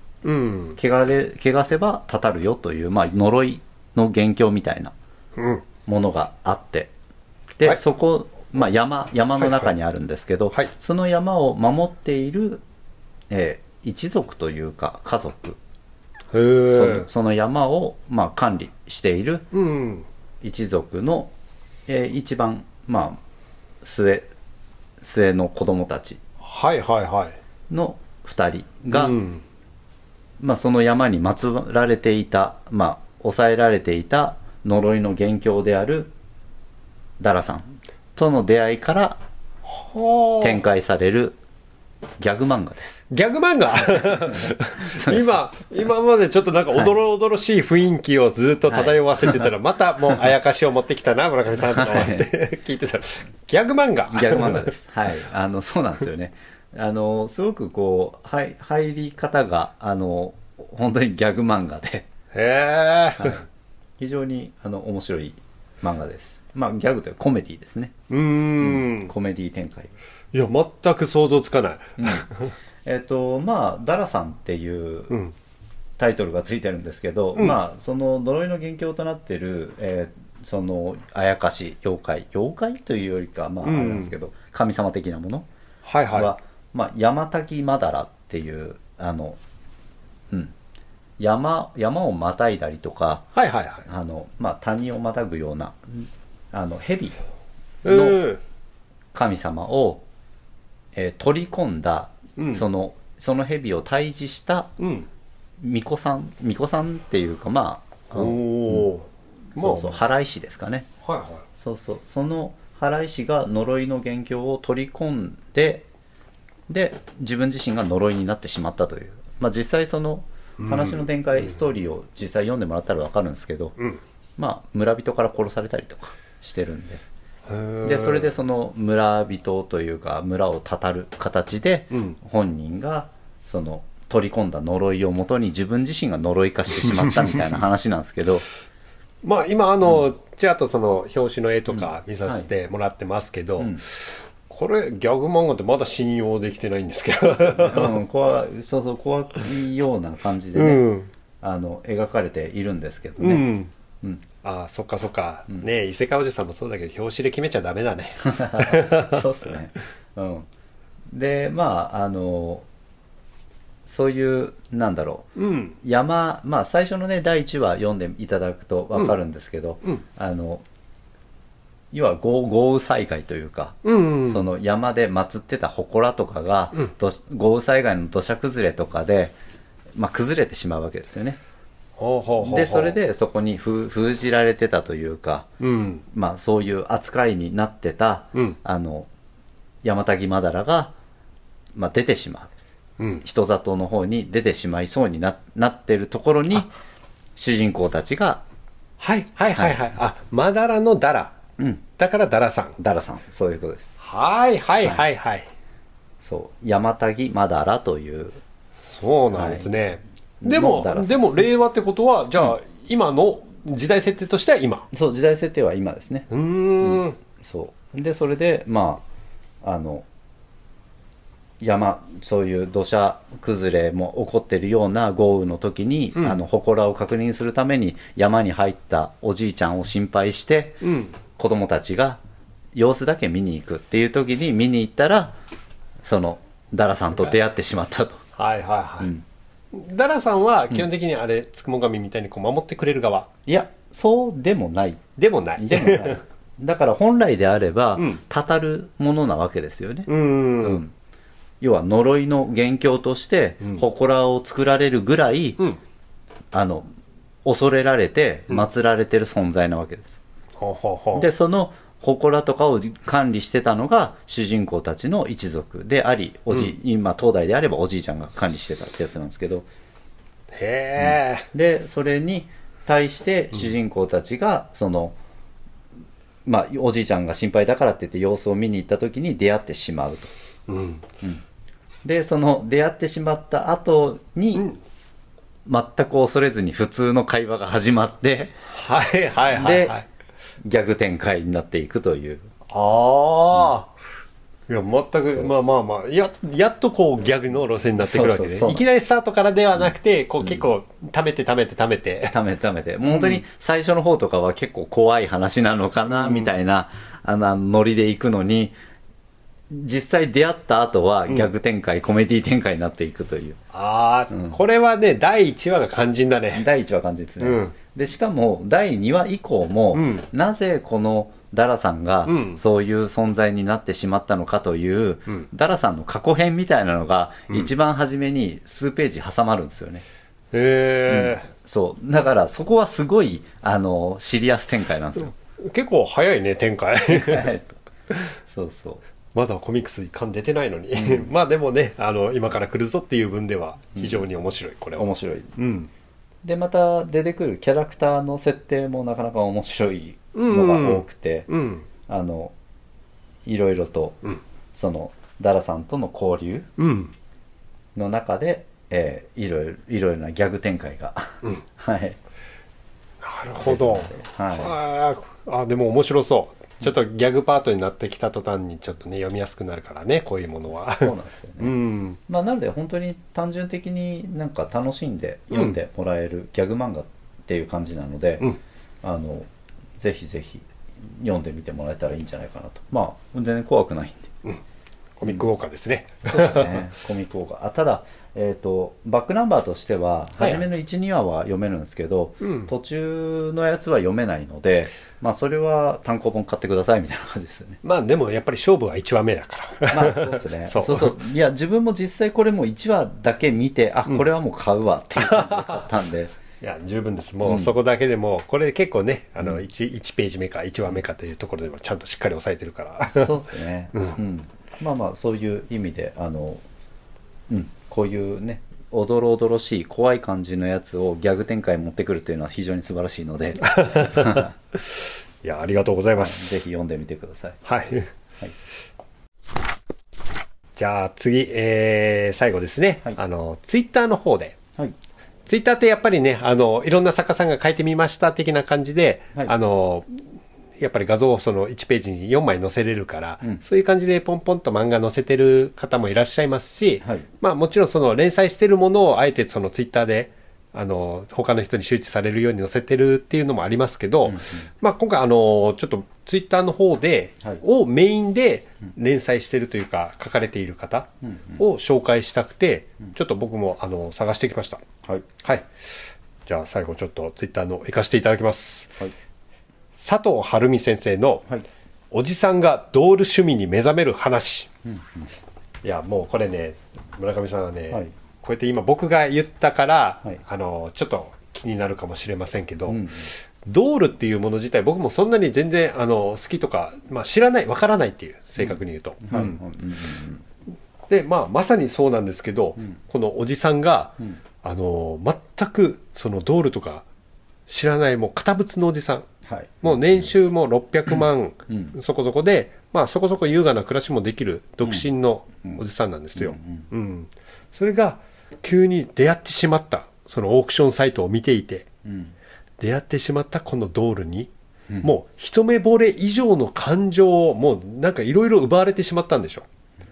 Speaker 2: 汚せばたたるよという、呪いの元凶みたいなものがあって、で、そこ、山の中にあるんですけど、その山を守っている、一族というか家族、その山を、管理している一族の、一番末の子供たちの2人が、 まあ、その山に祀られていた、まあ、抑えられていた呪いの元凶であるダラさんとの出会いから展開されるギャグ漫画です。
Speaker 1: ギャグ漫画今までちょっとなんかおどろおどろしい雰囲気をずっと漂わせてたら、またもうあやかしを持ってきたな、村上さんとかって聞いてたら、ギャグ漫画
Speaker 2: ギャグ漫画です。はい。そうなんですよね。すごくこう、入り方が、本当にギャグ漫画で。
Speaker 1: へー。
Speaker 2: はい、非常に、面白い漫画です。まあ、ギャグというかコメディですね。コメディ展開。
Speaker 1: いや、全く想像つかない。
Speaker 2: まあ、ダラさんっていうタイトルがついてるんですけど、まあ、その呪いの元凶となってる、その、あやかし、妖怪というよりか、まあ、あれなんですけど、神様的なものは、まあ、山滝まだらっていう、山をまたいだりとか、まあ、谷をまたぐような、蛇の神様を、取り込んだ、その蛇を退治した巫女さんっていうか、まあ、祓い師ですかね。その祓い師が呪いの元凶を取り込んで、で自分自身が呪いになってしまったという、まあ、実際その話の展開、ストーリーを実際読んでもらったら分かるんですけど、まあ、村人から殺されたりとかしてるんで、それでその村人というか村をたたる形で、本人がその取り込んだ呪いをもとに自分自身が呪い化してしまったみたいな話なんですけど
Speaker 1: まあ今ちらっとその表紙の絵とか見させてもらってますけど、これギャグ漫画ってまだ信用できてないんですけど
Speaker 2: 怖いような感じでね、描かれているんですけどね。
Speaker 1: ああ、そっかそっか、ねえ、伊勢川おじさんもそうだけど表紙で決めちゃダメだね
Speaker 2: そうっすね。で、まあそういうなんだろう、山、まあ最初のね第1話読んでいただくと分かるんですけど、要は豪雨災害というか、その山で祀ってた祠とかが、豪雨災害の土砂崩れとかで、まあ、崩れてしまうわけですよね。でそれでそこに封じられてたというか、まあ、そういう扱いになってた、山滝まだらが、まあ、出てしまう、人里の方に出てしまいそうになってるところに主人公たちが
Speaker 1: あ、まだらのだら、だからだらさん、
Speaker 2: そういうことです。そう山滝まだらという。
Speaker 1: そうなんですね。でも令和ってことは、じゃあ、今の時代設定としては今。
Speaker 2: そう、時代設定は今ですね。そうで、それでまあそういう土砂崩れも起こってるような豪雨の時に、祠を確認するために山に入ったおじいちゃんを心配して、子供たちが様子だけ見に行くっていう時に見に行ったら、そのダラさんと出会ってしまったと。
Speaker 1: ダラさんは基本的にあれ、つくも神みたいにこう守ってくれる側？
Speaker 2: いや、そうでもない。だから本来であれば、たたるものなわけですよね。要は呪いの元凶として、祠を作られるぐらい、恐れられて祀られてる存在なわけです。でその祠とかを管理してたのが主人公たちの一族であり、今東大であればおじいちゃんが管理してたってやつなんですけど、でそれに対して主人公たちがその、まあ、おじいちゃんが心配だからって言って様子を見に行った時に出会ってしまうと。でその出会ってしまった後に、全く恐れずに普通の会話が始まって、でギャグ展開になっていくという。
Speaker 1: いや、全く、やっとこうギャグの路線になってくるわけで、いきなりスタートからではなくて、こう結構貯めて
Speaker 2: もう本当に最初の方とかは結構怖い話なのかなみたいな、ノリでいくのに、実際出会った後はギャグ展開、コメディ展開になっていくという。
Speaker 1: これはね、第1話が肝心だね。
Speaker 2: 第1話肝心ですね。でしかも第2話以降も、なぜこのダラさんがそういう存在になってしまったのかという、ダラさんの過去編みたいなのが一番初めに数ページ挟まるんですよね。
Speaker 1: へえ、
Speaker 2: そうだからそこはすごいシリアス展開なんですよ。
Speaker 1: 結構早いね展開
Speaker 2: そうそう、
Speaker 1: まだコミックス一巻出てないのに、まあでもね今から来るぞっていう分では非常に面白い、これは
Speaker 2: 面白い、でまた出てくるキャラクターの設定もなかなか面白いのが多くて、いろいろと、そのダラさんとの交流の中で、いろいろなギャグ展開が、はい、
Speaker 1: なるほど、でも面白そう。ちょっとギャグパートになってきた途端にちょっとね読みやすくなるからね、こういうものは。
Speaker 2: そうなんですよね、まあ、なので本当に単純的になんか楽しんで読んでもらえるギャグ漫画っていう感じなので、ぜひぜひ読んでみてもらえたらいいんじゃないかなと。まあ全然怖くないんで、
Speaker 1: コミックウォーカーですね。
Speaker 2: そうですね、コミックウォーカー。ただ、バックナンバーとしては初めの 1,2 話は読めるんですけど、途中のやつは読めないので、まあそれは単行本買ってくださいみたいな感じですよね。
Speaker 1: まあでもやっぱり勝負は1話目だから。
Speaker 2: まあそうですね。そういや自分も実際これも1話だけ見て、これはもう買うわっていう感じで買ったんで。
Speaker 1: いや十分です。もうそこだけでも、これ結構ね1ページ目か1話目かというところでもちゃんとしっかり押さえてるから。
Speaker 2: そうですね。まあまあそういう意味でこういうねおどろおどろしい怖い感じのやつをギャグ展開持ってくるっていうのは非常に素晴らしいので
Speaker 1: いやありがとうございます。
Speaker 2: ぜひ読んでみてください。
Speaker 1: はい、じゃあ次、最後ですね、ツイッターの方で、ツイッターってやっぱりねいろんな作家さんが書いてみました的な感じで、やっぱり画像をその1ページに4枚載せれるから、そういう感じでポンポンと漫画載せてる方もいらっしゃいますし、まあもちろんその連載してるものをあえてそのツイッターで他の人に周知されるように載せてるっていうのもありますけど、まあ今回ちょっとツイッターの方で、をメインで連載してるというか書かれている方を紹介したくて、ちょっと僕も探してきました。はい。じゃあ最後ちょっとツイッターの行かせていただきます。佐藤晴美先生の、おじさんがドール趣味に目覚める話。いやもうこれね村上さんはね、こうやって今僕が言ったから、ちょっと気になるかもしれませんけど、ドールっていうもの自体僕もそんなに全然好きとか、知らないわからないっていう正確に言うと、でまさにそうなんですけど、このおじさんが、全くそのドールとか知らないもう堅物のおじさん、もう年収も600万、そこそこで、そこそこ優雅な暮らしもできる独身のおじさんなんですよ。それが急に出会ってしまった、そのオークションサイトを見ていて、出会ってしまったこのドールに、もう一目惚れ以上の感情をもうなんかいろいろ奪われてしまったんでしょ。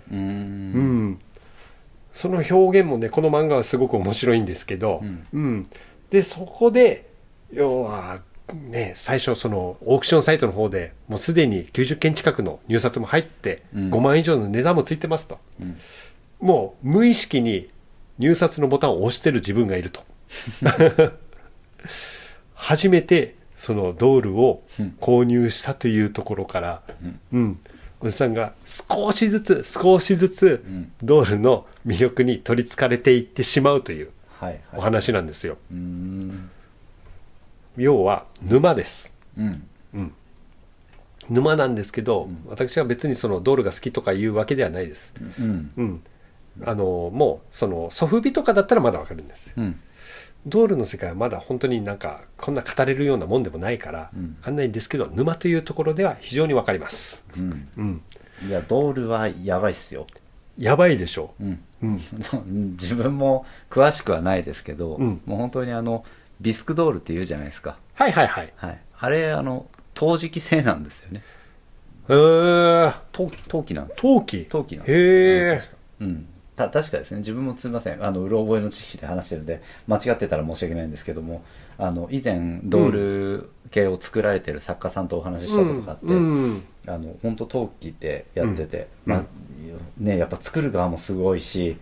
Speaker 1: その表現もねこの漫画はすごく面白いんですけど、でそこで要はね、最初そのオークションサイトの方でもうすでに90件近くの入札も入って、5万以上の値段もついてますと、もう無意識に入札のボタンを押してる自分がいると初めてそのドールを購入したというところから、おじさんが少しずつドールの魅力に取りつかれていってしまうというお話なんですよ。要は沼です、沼なんですけど、私は別にそのドールが好きとかいうわけではないです、もうそのソフビとかだったらまだわかるんです、ドールの世界はまだ本当になんかこんな語れるようなもんでもないからわかんないんですけど、沼というところでは非常にわかります、
Speaker 2: いやドールはやばいっすよ。
Speaker 1: やばいでしょ、
Speaker 2: 自分も詳しくはないですけど、もう本当にビスクドールって言うじゃないですか。
Speaker 1: あれ
Speaker 2: 陶磁器製なんですよね。陶器なんです。
Speaker 1: 陶器
Speaker 2: なんです。
Speaker 1: へえ。
Speaker 2: 確かですね。自分もすみません、うろ覚えの知識で話してるんで間違ってたら申し訳ないんですけども、以前ドール系を作られてる作家さんとお話ししたことがあって、本当陶器ってやってて、やっぱ作る側もすごいし、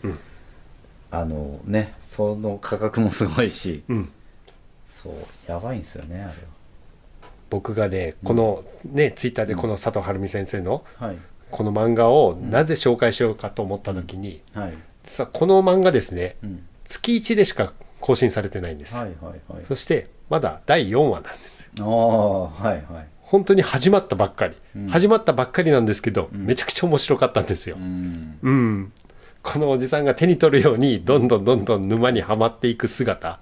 Speaker 2: その価格もすごいし、そうやばいんですよねあれは。僕
Speaker 1: がねこのね、ツイッターでこの佐藤晴美先生のこの漫画をなぜ紹介しようかと思った時に、実はこの漫画ですね、月1でしか更新されてないんです、
Speaker 2: はいはいはい、
Speaker 1: そしてまだ第4話なんですよ。
Speaker 2: はいはい、
Speaker 1: 本当に始まったばっかり、始まったばっかりなんですけど、めちゃくちゃ面白かったんですよ。このおじさんが手に取るようにどんどん沼にはまっていく姿、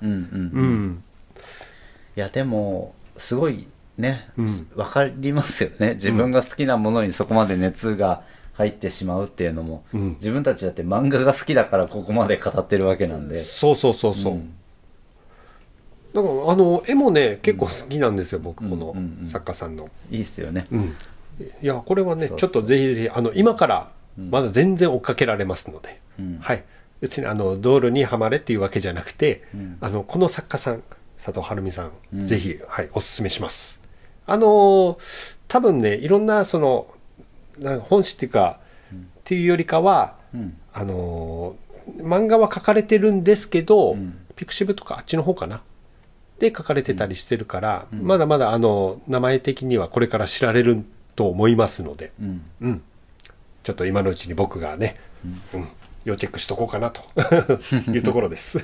Speaker 2: いやでもすごいね、わかりますよね。自分が好きなものにそこまで熱が入ってしまうっていうのも、自分たちだって漫画が好きだからここまで語ってるわけなんで。
Speaker 1: そう、だから絵もね結構好きなんですよ、僕この作家さんの。
Speaker 2: いいっすよね。
Speaker 1: いやこれはねちょっとぜひぜひ今からまだ全然追っかけられますので、はい、別にドールにはまれっていうわけじゃなくて、この作家さん佐藤晴美さん、ぜひ、はい、おすすめします。多分ねいろんなそのなんか本誌っていうか、っていうよりかは、漫画は書かれてるんですけど、ピクシブとかあっちの方かなで書かれてたりしてるから、まだまだ名前的にはこれから知られると思いますので、ちょっと今のうちに僕がね、要チェックしとこうかなというところです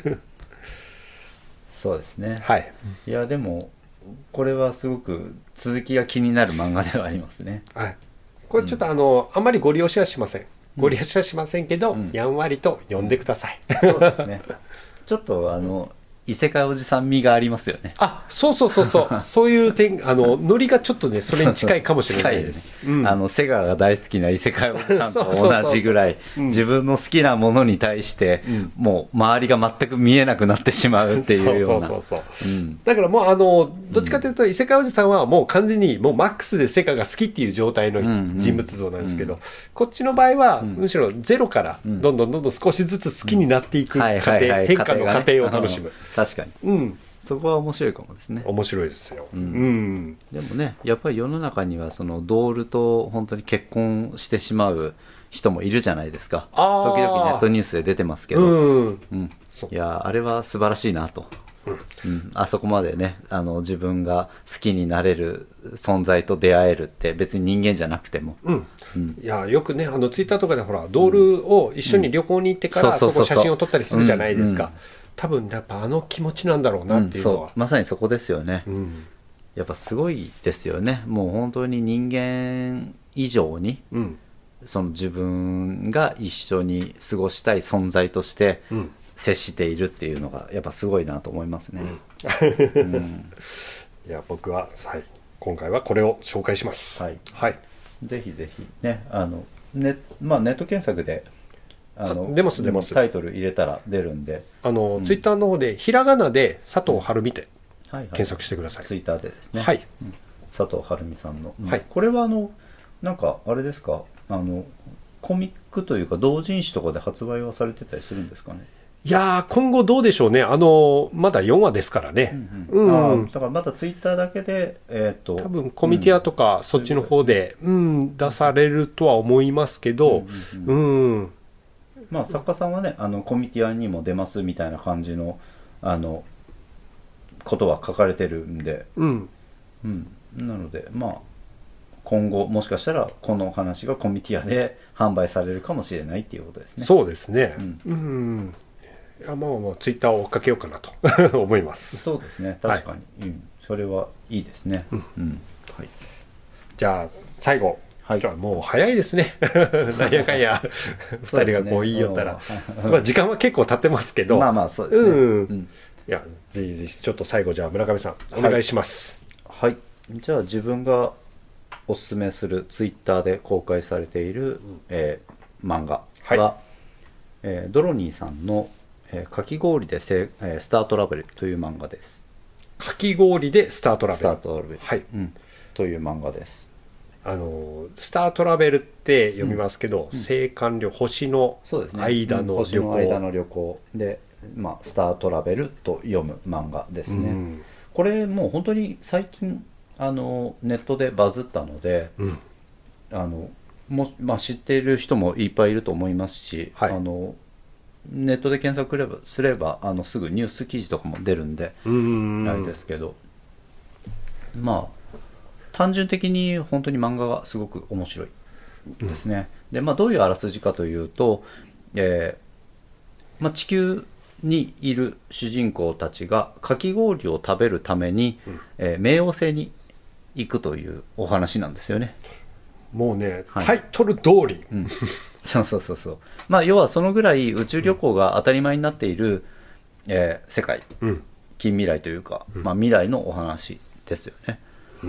Speaker 2: そうですね。
Speaker 1: はい。
Speaker 2: いやでもこれはすごく続きが気になる漫画ではありますね。
Speaker 1: はい。これちょっとあんまりご利用しはしません。ご利用しはしませんけど、やんわりと読んでください。
Speaker 2: そうですね。ちょっと異世界おじさん味がありますよね。
Speaker 1: あ、そうそういう点、ノリがちょっとね、それに近いかもしれないです。
Speaker 2: セガが大好きな異世界おじさんと同じぐらい、自分の好きなものに対して、もう周りが全く見えなくなってしまうっていうような。
Speaker 1: だからもう、どっちかというと、異世界おじさんはもう完全にもうマックスでセガが好きっていう状態の人物像なんですけど、こっちの場合は、むしろゼロからどんどん少しずつ好きになっていく過程、変化の過程を楽しむ。
Speaker 2: 確かに、そこは面白いかもですね。
Speaker 1: 面白いですよ、
Speaker 2: でもねやっぱり世の中にはそのドールと本当に結婚してしまう人もいるじゃないですか。時々ネットニュースで出てますけど、いやあれは素晴らしいなと、あそこまでね自分が好きになれる存在と出会えるって別に人間じゃなくても、
Speaker 1: いやよくねツイッターとかでほらドールを一緒に旅行に行ってからそこ写真を撮ったりするじゃないですか。多分やっぱ気持ちなんだろうなっていうのは、
Speaker 2: まさにそこですよね、やっぱすごいですよね。もう本当に人間以上に、その自分が一緒に過ごしたい存在として接しているっていうのがやっぱすごいなと思いますね。
Speaker 1: いや僕は、はい、今回はこれを紹介します。
Speaker 2: はい、ぜひぜひねネット検索で出ますタイトル入れたら出るんで、
Speaker 1: ツイッターの方でひらがなで佐藤晴美で検索してください。
Speaker 2: ツイッターでですね。
Speaker 1: はい、
Speaker 2: 佐藤晴美さんの、これはなんかあれですか、コミックというか同人誌とかで発売はされてたりするんですかね。
Speaker 1: いやー今後どうでしょうね。まだ4話ですからね。
Speaker 2: だからまだツイッターだけで
Speaker 1: 多分コミティアとかそっちの方で、出されるとは思いますけど、
Speaker 2: 作家さんはねコミティアにも出ますみたいな感じのことは書かれてるんで、なので今後もしかしたらこの話がコミティアで販売されるかもしれないっていうことですね。
Speaker 1: そうですね。いやもうツイッターを追っかけようかなと思います。
Speaker 2: そうですね、確かに、それはいいですね。
Speaker 1: じゃあ最後、今日はもう早いですねなんやかんや2人がこう言いよったら、時間は結構経ってますけど、
Speaker 2: そうですね。
Speaker 1: いやちょっと最後じゃあ村上さんお願いします。
Speaker 2: はい、じゃあ自分がおすすめするツイッターで公開されている、漫画は、ドロニーさんのかき氷でスタートラベルという漫画です。
Speaker 1: かき氷でスタートラベル、
Speaker 2: はい、という漫画です。
Speaker 1: スタートラベルって読みますけど、青函旅星の間の旅行、
Speaker 2: 間の旅行で、スタートラベルと読む漫画ですね。これもう本当に最近ネットでバズったので、知っている人もいっぱいいると思いますし、ネットで検索すればすぐニュース記事とかも出るんであれですけど、単純的に本当に漫画がすごく面白いですね。でどういうあらすじかというと、地球にいる主人公たちがかき氷を食べるために、冥王星に行くというお話なんですよね。
Speaker 1: もうね、タイトル通り、
Speaker 2: そうそうそうそう、まあ、要はそのぐらい宇宙旅行が当たり前になっている、世界、近未来というか、まあ、未来のお話ですよね。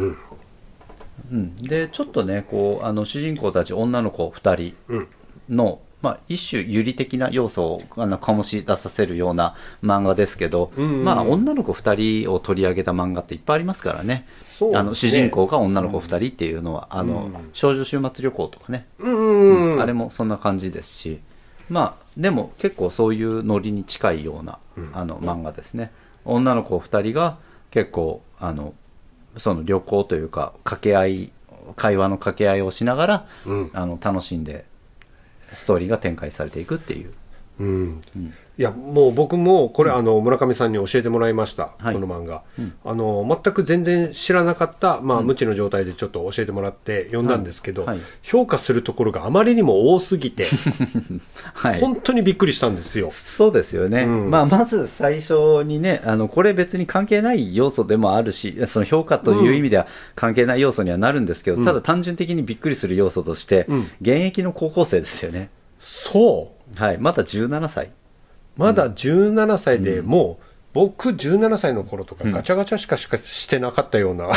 Speaker 2: でちょっとねこう主人公たち女の子2人の、まあ、一種有利的な要素を醸し出させるような漫画ですけど、まあ、女の子2人を取り上げた漫画っていっぱいありますからね。主人公が女の子2人っていうのは、少女週末旅行とかね、あれもそんな感じですし、まあでも結構そういうノリに近いような漫画ですね。女の子2人が結構その旅行というか会話の掛け合いをしながら、楽しんでストーリーが展開されていくっていう、
Speaker 1: いやもう僕もこれ、村上さんに教えてもらいました、この漫画、全く全然知らなかった、無知の状態でちょっと教えてもらって読んだんですけど、評価するところがあまりにも多すぎて、本当にびっくりしたんですよ。
Speaker 2: そうですよね、まず最初にねこれ別に関係ない要素でもあるし、その評価という意味では関係ない要素にはなるんですけど、ただ単純的にびっくりする要素として、現役の高校生ですよね。
Speaker 1: そう、
Speaker 2: まだ17歳
Speaker 1: まだ17歳で、もう僕17歳の頃とかガチャガチャしかしてなかったような、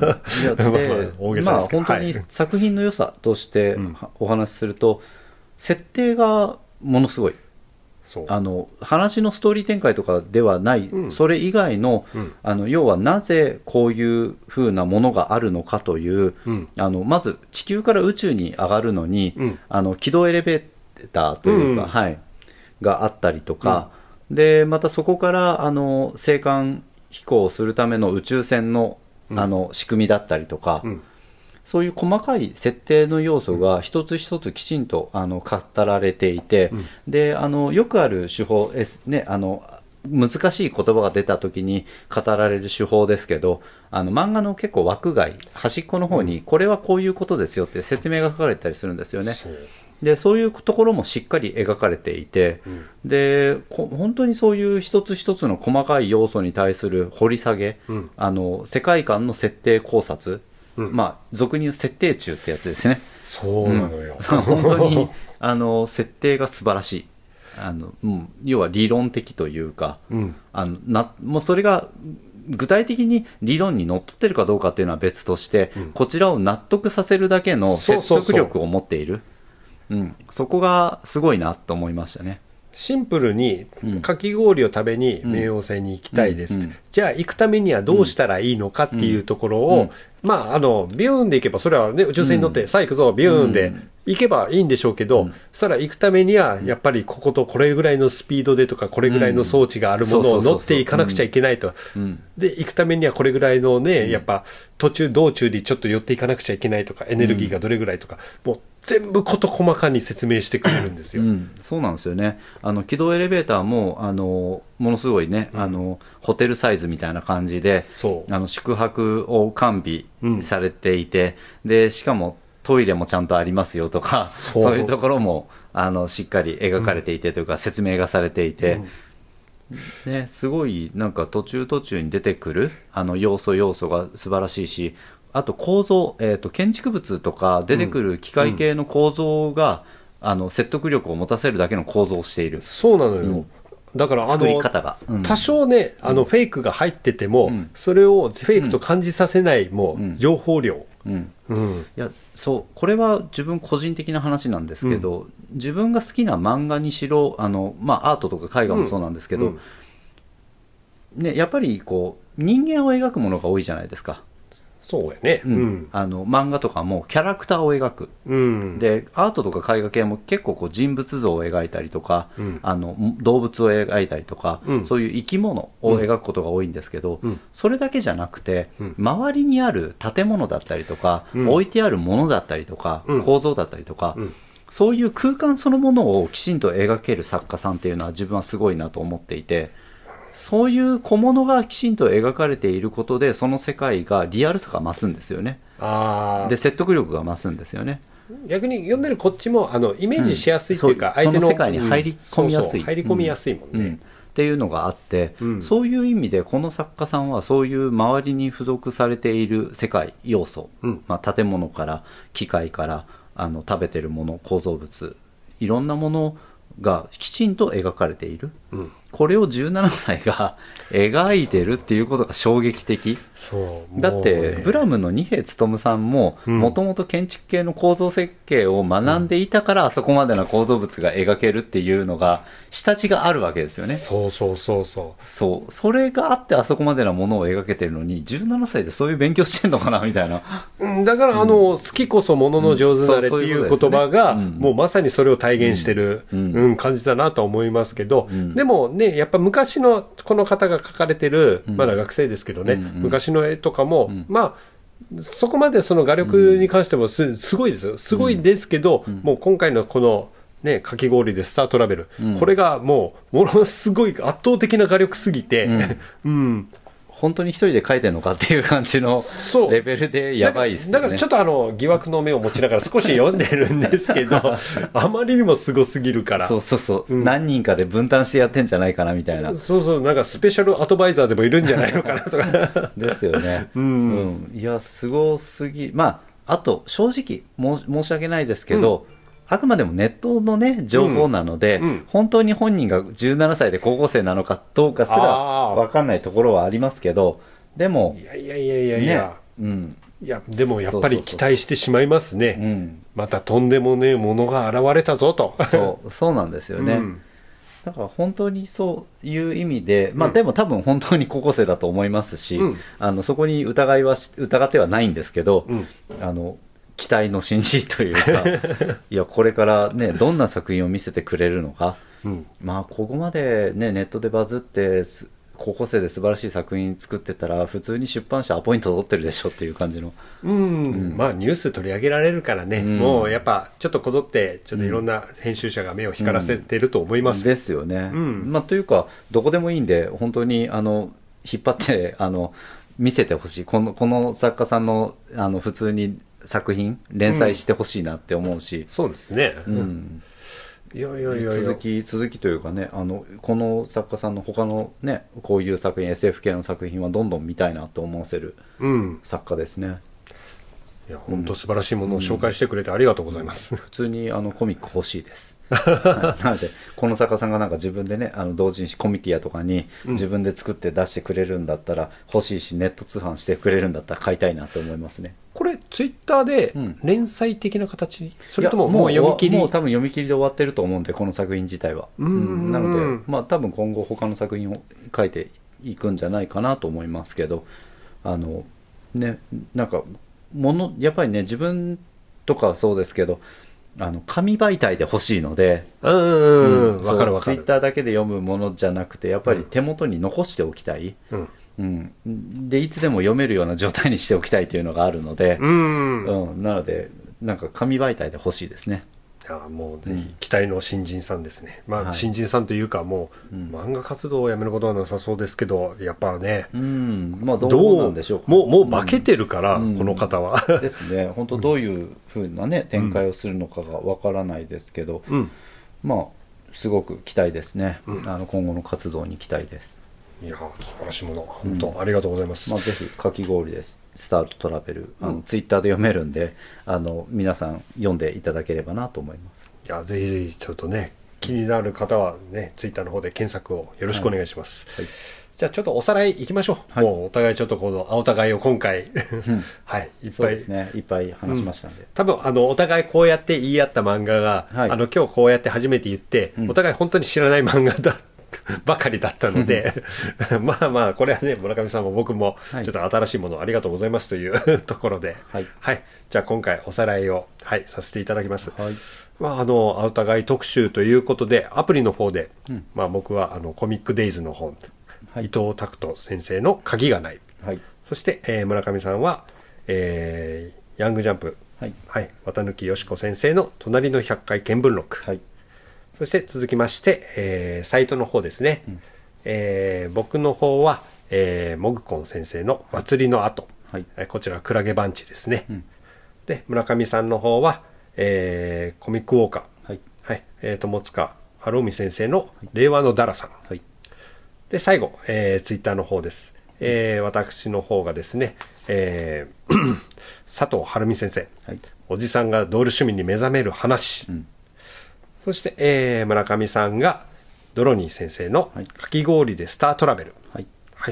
Speaker 2: 本当に作品の良さとしてお話しすると、設定がものすごい、話のストーリー展開とかではない、それ以外の、要はなぜこういう風なものがあるのかという、まず地球から宇宙に上がるのに、軌道エレベーターというか、があったりとか、でまたそこから青函飛行をするための宇宙船の、仕組みだったりとか、そういう細かい設定の要素が一つ一つきちんと語られていて、でよくある手法ですね、難しい言葉が出た時に語られる手法ですけど、漫画の結構枠外端っこの方に、これはこういうことですよって説明が書かれたりするんですよね。でそういうところもしっかり描かれていて、で本当にそういう一つ一つの細かい要素に対する掘り下げ、世界観の設定考察、俗に言う設定中ってやつですね。
Speaker 1: そうなのよ、
Speaker 2: 本当に設定が素晴らしい。要は理論的というか、もうそれが具体的に理論にのっとってるかどうかっていうのは別として、こちらを納得させるだけの説得力を持っている。そこがすごいなと思いましたね。
Speaker 1: シンプルにかき氷を食べに冥王星に行きたいです、じゃあ行くためにはどうしたらいいのかっていうところを、ビューンで行けばそれはね、宇宙船に乗ってさあ行くぞビューンで行けばいいんでしょうけど、それは行くためにはやっぱりこことこれぐらいのスピードでとかこれぐらいの装置があるものを乗っていかなくちゃいけないと、で行くためにはこれぐらいのね、やっぱ道中にちょっと寄っていかなくちゃいけないとか、エネルギーがどれぐらいとか、もう全部事細かに説明してくれるんですよ。
Speaker 2: そうなんですよね。軌道エレベーターもものすごいね、ホテルサイズみたいな感じで宿泊を完備されていて、でしかもトイレもちゃんとありますよとか、そういうところもしっかり描かれていてというか、説明がされていて、すごいなんか途中に出てくる要素が素晴らしいし、あと構造、建築物とか出てくる機械系の構造が、説得力を持たせるだけの構造をしている。
Speaker 1: そうなのよ、だから
Speaker 2: 作り方が、
Speaker 1: 多少ねフェイクが入ってても、それをフェイクと感じさせないもう情報量、
Speaker 2: いやこれは自分個人的な話なんですけど、自分が好きな漫画にしろアートとか絵画もそうなんですけど、やっぱりこう人間を描くものが多いじゃないですか。
Speaker 1: そうやね、
Speaker 2: 漫画とかもキャラクターを描く、でアートとか絵画系も結構こう人物像を描いたりとか、動物を描いたりとか、そういう生き物を描くことが多いんですけど、それだけじゃなくて、周りにある建物だったりとか、置いてあるものだったりとか、構造だったりとか、そういう空間そのものをきちんと描ける作家さんっていうのは自分はすごいなと思っていて、そういう小物がきちんと描かれていることで、その世界がリアルさが増すんですよね。で説得力が増すんですよね。
Speaker 1: 逆に読んでるこっちもイメージしやすいというか、相手の
Speaker 2: その世界に入り込みやすい、
Speaker 1: 入り込みやすいもんね。
Speaker 2: っていうのがあって、そういう意味でこの作家さんはそういう周りに付属されている世界要素、建物から機械から食べてるもの、構造物、いろんなものがきちんと描かれている、これを17歳が描いてるっていうことが衝撃的。
Speaker 1: そう
Speaker 2: だってブラムの二瓶勉さんももともと建築系の構造設計を学んでいたから、あそこまでの構造物が描けるっていうのが下地があるわけですよね。そうそれがあってあそこまでのものを描けてるのに17歳でそういう勉強してんのかなみたいな。
Speaker 1: だから好きこそものの上手なれっていう言葉がもうまさにそれを体現してる感じだなと思いますけど、でもね、やっぱ昔のこの方が描かれてる、まだ学生ですけどね、昔の絵とかも、まあそこまでその画力に関してもすごいですよ。すごいんですけど、もう今回のこのね、かき氷でスタートラベル、これがものすごい圧倒的な画力すぎて、
Speaker 2: 本当に一人で描いてるのかっていう感じのレベルでやばいですね。
Speaker 1: だからちょっと疑惑の目を持ちながら少し読んでるんですけどあまりにもすごすぎるから、
Speaker 2: 何人かで分担してやってんじゃないかなみたいな。
Speaker 1: なんかスペシャルアドバイザーでもいるんじゃないのかなとか
Speaker 2: ですよね。いやすごすぎ。あと正直申し訳ないですけど、あくまでもネットのね情報なので、本当に本人が17歳で高校生なのかどうかすら分かんないところはありますけど、でも
Speaker 1: いやでもやっぱり期待してしまいますね。またとんでもねえものが現れたぞと。
Speaker 2: そうなんですよね。だから本当にそういう意味で、でも多分本当に高校生だと思いますし、そこに疑ってはないんですけど、期待の新人というかいやこれからねどんな作品を見せてくれるのか、ここまでねネットでバズって高校生で素晴らしい作品作ってたら普通に出版社アポイント取ってるでしょっていう感じの、
Speaker 1: ニュース取り上げられるからね、もうやっぱちょっとこぞってちょっといろんな編集者が目を光らせてると思います、
Speaker 2: ですよね。というかどこでもいいんで本当に引っ張って見せてほしい。この作家さんの普通に作品連載してほしいなって思うし、
Speaker 1: そうですね。
Speaker 2: 続きというかね、この作家さんの他のねこういう作品 SF 系の作品はどんどん見たいなと思わせる作家ですね。
Speaker 1: いや本当素晴らしいものを紹介してくれてありがとうございます。
Speaker 2: 普通にコミック欲しいですなのでこの作家さんがなんか自分でね同人誌コミティアとかに自分で作って出してくれるんだったら欲しいし、ネット通販してくれるんだったら買いたいなと思いますね。
Speaker 1: これツイッターで連載的な形、それとももう読み切り？
Speaker 2: もう多分読み切りで終わってると思うんでこの作品自体は。なので多分今後他の作品を書いていくんじゃないかなと思いますけど、ね、なんかやっぱりね自分とかそうですけど紙媒体で欲しいので、
Speaker 1: わかるわかる。
Speaker 2: ツイッターだけで読むものじゃなくてやっぱり手元に残しておきたい、でいつでも読めるような状態にしておきたいというのがあるので、なのでなんか紙媒体で欲しいですね。
Speaker 1: いやもうぜひ期待の新人さんですね。新人さんというかもう漫画活動をやめることはなさそうですけど、やっぱね、
Speaker 2: どうなんでしょうか。
Speaker 1: もう化けてるから、この方は
Speaker 2: ですね。本当どういうふうなね展開をするのかがわからないですけど、すごく期待ですね。今後の活動に期待です。
Speaker 1: いや素晴らしいもの、本当ありがとうございます。
Speaker 2: ぜひかき氷です。スタートトラベルツイッターで読めるんで皆さん読んでいただければなと思います。
Speaker 1: いやぜひぜひちょっとね気になる方はねツイッターの方で検索をよろしくお願いします。じゃあちょっとおさらいいきましょう。もうお互いちょっとこのお互いを今回いっぱい
Speaker 2: そうですね、いっぱい話しましたんで、
Speaker 1: 多分お互いこうやって言い合った漫画が、今日こうやって初めて言って、お互い本当に知らない漫画だばかりだったのでこれはね村上さんも僕もちょっと新しいものありがとうございますというところで、じゃあ今回おさらいを、させていただきます。お互い特集ということでアプリの方で、僕はコミックデイズの本、伊藤拓人先生の鍵がない、そして、村上さんは、ヤングジャンプ、綿貫よし子先生の隣の百回見聞録、そして続きまして、サイトの方ですね、僕の方は、モグコン先生の祭りの後、こちらクラゲバンチですね、で村上さんの方は、コミックウォーカー、友塚晴臣先生の令和のダラさん、 で最後、ツイッターの方です。私の方がですね、佐藤晴美先生、はい、おじさんがドール趣味に目覚める話、そして、村上さんがドロニー先生のかき氷でスタートラベル、はいはい、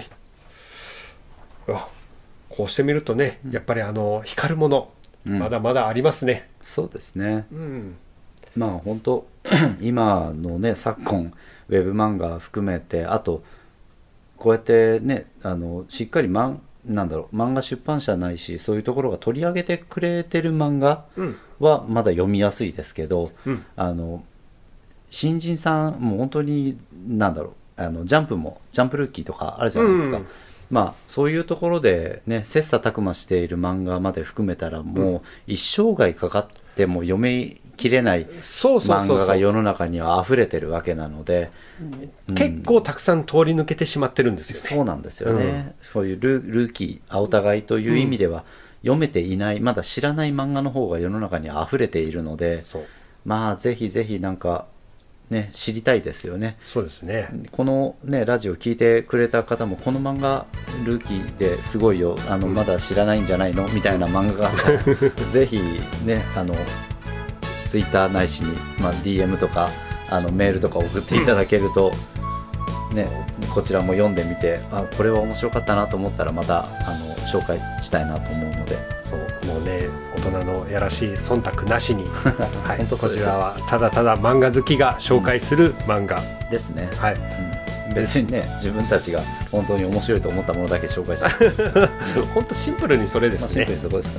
Speaker 1: こうしてみるとね、やっぱり光るもの、まだまだありますね。
Speaker 2: そうですね、まあ本当今のね昨今ウェブ漫画含めて、あとこうやってねしっかり漫画出版社ないしそういうところが取り上げてくれてる漫画はまだ読みやすいですけど、新人さんも本当にジャンプルーキーとかあるじゃないですか、まあそういうところでね切磋琢磨している漫画まで含めたらもう一生涯かかっても読みきれない漫画が世の中には溢れてるわけなので、
Speaker 1: 結構たくさん通り抜けてしまってるんですよね。
Speaker 2: そうなんですよね、そういうルーキーお互いという意味では、読めていないまだ知らない漫画の方が世の中に溢れているので、まあぜひぜひね、知りたいですよね。
Speaker 1: そうですね。
Speaker 2: このねラジオ聞いてくれた方もこの漫画ルーキーですごいよまだ知らないんじゃないのみたいな漫画があったらぜひねツイッターないしに、DM とかメールとか送っていただけると、ね、こちらも読んでみてこれは面白かったなと思ったらまた紹介したいなと思うので、
Speaker 1: そうもうね大人のやらしい忖度なしに、はい、こちらはただただ漫画好きが紹介する漫画、
Speaker 2: ですね、
Speaker 1: はい、
Speaker 2: 別にね自分たちが本当に面白いと思ったものだけ紹介して
Speaker 1: 本当シンプルにそれですね、
Speaker 2: シンプルにそこですから、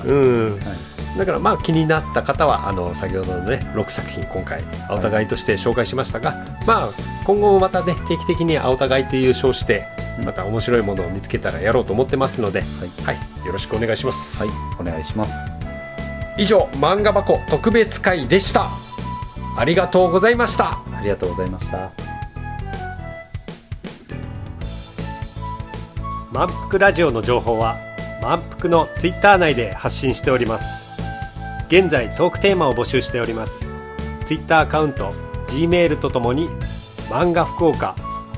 Speaker 1: だから気になった方は先ほどのね6作品今回青互いとして紹介しましたが、今後もまたね定期的に青互いという称してまた面白いものを見つけたらやろうと思ってますので、よろしくお願いします。
Speaker 2: はい、お願いします。
Speaker 1: 以上漫画箱特別会でした。ありがとうございました。
Speaker 2: ありがとうございました。
Speaker 1: 満腹ラジオの情報は満腹のツイッター内で発信しております。現在トークテーマを募集しております。ツイッターアカウント Gmail とともに漫画福岡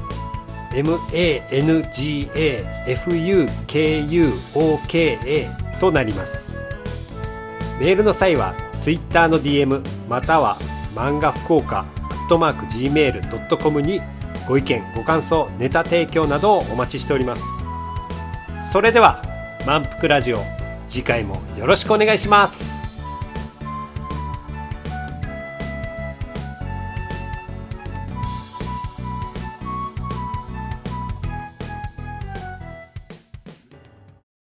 Speaker 1: MANGAFUKUOKA となります。メールの際はツイッターの DM または漫画福岡@gmail.com にご意見ご感想ネタ提供などをお待ちしております。それでは満腹ラジオ次回もよろしくお願いします。